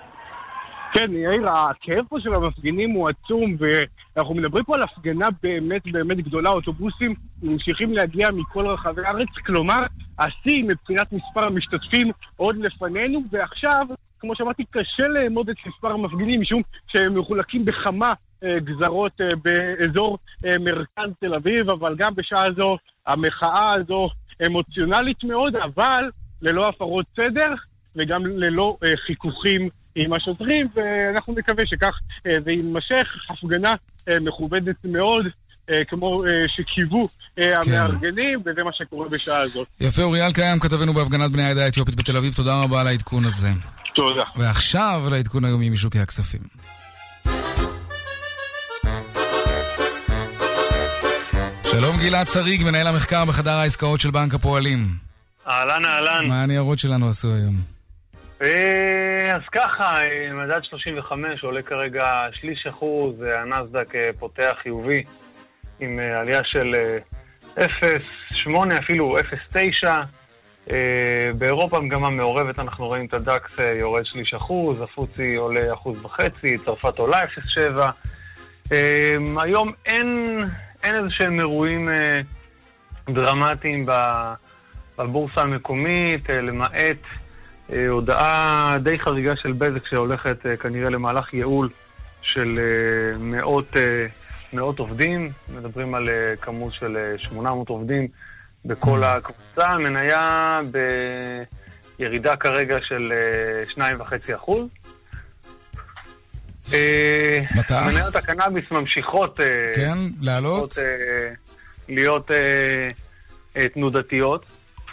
כן, יאיר, הכאב פה של המפגינים הוא עצום, ואנחנו מדברים פה על הפגנה באמת באמת גדולה. אוטובוסים ממשיכים להגיע מכל רחבי הארץ, כלומר, השיא מבחינת מספר המשתתפים עוד לפנינו, ועכשיו, כמו שאמרתי, קשה לאמוד את מספר המפגינים, משום שהם מחולקים בכמה אה, גזרות אה, באזור אה, מרכז תל אביב, אבל גם בשעה זו, המחאה הזו אמוציונלית מאוד, אבל ללא הפרות סדר, וגם ללא אה, חיכוכים עם השוטרים, ואנחנו נקווה שכך זה יימשך. הפגנה מכובדת מאוד, כמו שקיוו המארגנים, וזה מה שקורה בשעה הזאת. יפה, אוריאל קיים, כתבנו בהפגנת בני העדה האתיופית בתל אביב, תודה רבה על העדכון הזה. תודה. ועכשיו לעדכון היומי משוקי הכספים. שלום גלעד שריג, מנהל המחקר בחדר העסקאות של בנק הפועלים. אהלן, אהלן. מה הניירות שלנו עשו היום? אז ככה, מדד שלושים וחמש עולה כרגע שליש אחוז, הנסדק פותח חיובי עם עלייה של אפס נקודה שמונה, אפילו אפס נקודה תשע. באירופה מגמה מעורבת, אנחנו רואים את הדקס יורד שליש אחוז, הפוצי עולה אחוז וחצי, צרפת עולה אפס נקודה שבע. היום אין, אין איזה שהם אירועים דרמטיים בבורסה המקומית, למעט הודעה די חריגה של בזק שהולכת כנראה למהלך ייעול של מאות, מאות עובדים. מדברים על כמות של שמונה מאות עובדים בכל הקבוצה. מניה בירידה כרגע של שניים וחצי אחוז. מניות הקנאביס ממשיכות כן, לעלות? להיות תנודתיות.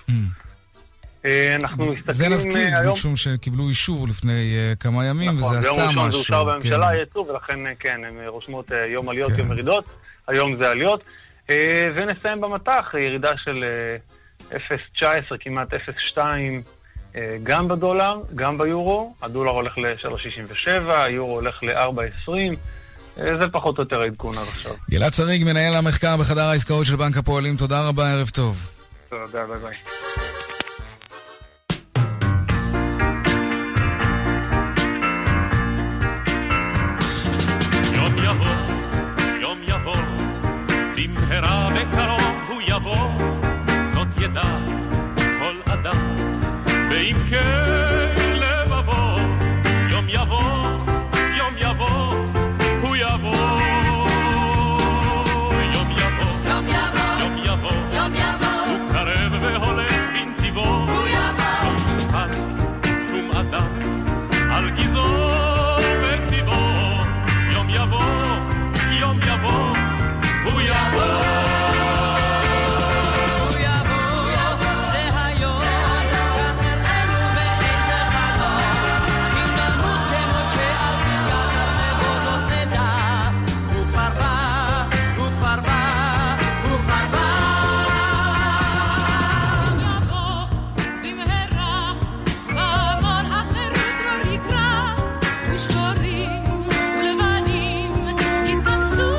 אנחנו מסתכלים... זה נזכיר, משום שקיבלו אישור לפני כמה ימים, וזה עשה משהו. ביום ראשון זה אושר בממשלה, יצאו, ולכן כן, הן רושמות יום עליות, יום ירידות, היום זה עליות, ונסיים במתח, ירידה של אפס נקודה תשע עשרה, כמעט אפס נקודה שתיים, גם בדולר, גם ביורו, הדולר הולך ל-שלוש נקודה שישים ושבע, היורו הולך ל-ארבע נקודה עשרים, זה פחות או יותר העדכון עד עכשיו. גלעד שריג, מנהל המחקר בחדר העסקאות של בנק הפועלים, תודה רבה, ערב טוב. תודה, ביי ביי. במהרה בקרוב הוא יבוא, זאת ידע כל אדם, בעמקי לבבו, יום יבוא, יום יבוא, הוא יבוא, יום יבוא, יום יבוא, יום יבוא, יום יבוא, הוא קרב והולך בנתיבו, הוא יבוא, לא ישחל שום אדם על גזעו וציבו, יום יבוא, יום יבוא, הוא יבוא, הוא יבוא, זה היום, כך הראינו באיזה חלום, אם נמות כמו שעל פסגת ארנבו זאת נדע, הוא כבר בא, הוא כבר בא, הוא כבר בא. יבוא במהרה, המון החירות לא יקרא, ושחורים ולבנים יתכנסו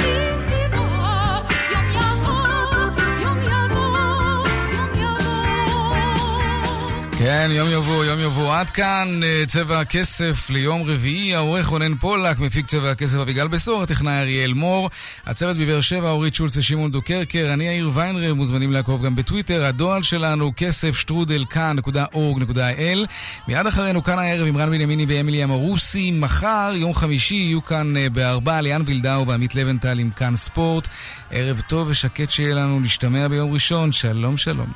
כן, יום יבוא, יום יבוא. עד כאן צבע הכסף ליום רביעי. העורך רונן פולק, מפיק צבע הכסף אביגל בסור, הטכנאי אריאל מור, הצוות בבאר שבע אורית שולץ ושמעון דוקרקר, אני יאיר ויינרב, מוזמנים לעקוב גם בטוויטר. הדואל שלנו כסף שטרודל כאן נקודה אורג נקודה איי אל. מיד אחרינו כאן הערב עם רן בנימיני ואמילי אמרוסי. מחר, יום חמישי, יהיו כאן בארבע ליאן וילדאו ועמית לבנטל עם כאן ספורט. ערב טוב ושקט שיהיה לנו, להשתמע ביום ראשון. שלום שלום.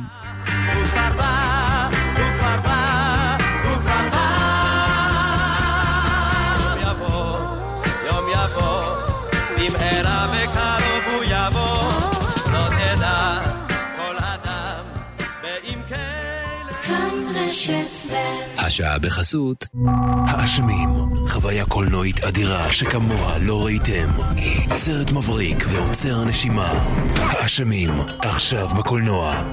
השעה בחסות האשמים, חוויה קולנועית אדירה שכמוה לא ראיתם, סרט מבריק ועוצר הנשימה. האשמים, עכשיו בקולנוע.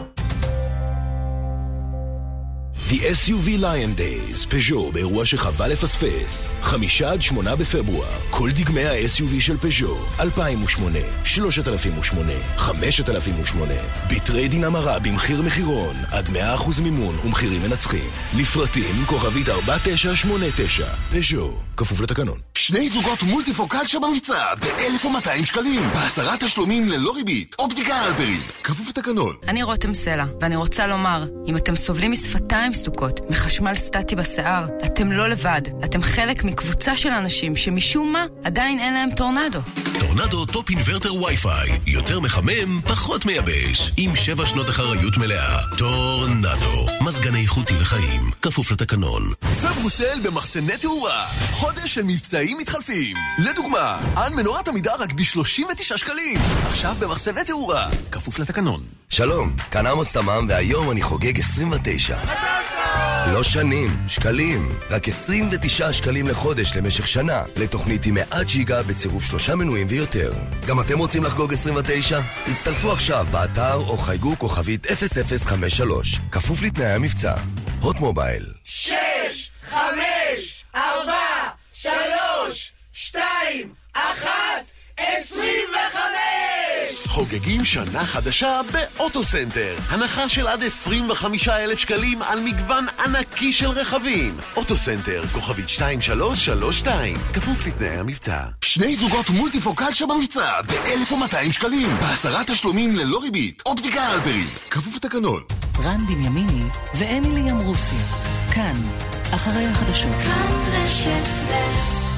The אס יו וי Lion Days, פז'ו באירוע שחווה לפספס. חמישה עד שמונה בפברואר, כל דגמי ה-אס יו וי של פז'ו, אלפיים ושמונה, שלושת אלפים ושמונה, חמשת אלפים ושמונה. בטריידין המרה במחיר מחירון, עד מאה אחוז מימון ומחירים מנצחים. לפרטים כוכבית ארבע תשע שמונה תשע. פז'ו, כפוף לתקנון. שני זוגות מולטיפוקל שבמבצע ב-אלף ומאתיים שקלים. בעשרה תשלומים ללא ריבית. אופטיקה אלפרין, כפוף לתקנון. אני רותם סלע, ואני רוצה לומר, אם אתם סובלים משפתיים סוכות, מחשמל סטטי בשיער, אתם לא לבד. אתם חלק מקבוצה של אנשים שמשום מה עדיין אין להם טורנדו. טורנדו טופ אינברטר וי-פיי. יותר מחמם, פחות מייבש. עם שבע שנות אחריות מלאה. טורנדו. מזגן איכותי לחיים. כפוף לתקנון. סבא ברוסל במחסני תאורה. חודש של מבצעים מתחלפים. לדוגמה, על מנורת עמידה רק ב-שלושים ותשעה שקלים. עכשיו במחסני תאורה. כפוף לתקנון. שלום, כאן עמוס תמם, והיום אני חוגג עשרים ותשע. לא שנים, שקלים. רק עשרים ותשעה שקלים לחודש למשך שנה. לתוכנית עם מאה ג'יגה בצירוף שלושה מנויים ויותר. גם אתם רוצים לחגוג עשרים ותשע? הצטרפו עכשיו באתר או חייגו כוכבית אפס אפס חמש שלוש. כפוף לתנאי המבצע. הוט מובייל. שש, חמש, ארבע, שלוש, שתיים, אחת, עשרים וחמש! חוגגים שנה חדשה באוטוסנטר. הנחה של עד עשרים וחמישה אלף שקלים על מגוון ענקי של רכבים. אוטוסנטר, כוכבית שתיים שלוש שלוש שתיים. כפוף לתנאי המבצע. שני זוגות מולטיפוקל שבמבצע ב-אלף ומאתיים שקלים. בעשרה תשלומים ללא ריבית. אופטיקה אלפרין. כפוף לתקנון. רן בנימיני ואמילי אמרוסי. כאן, אחרי החדשות. כאן רשת ב'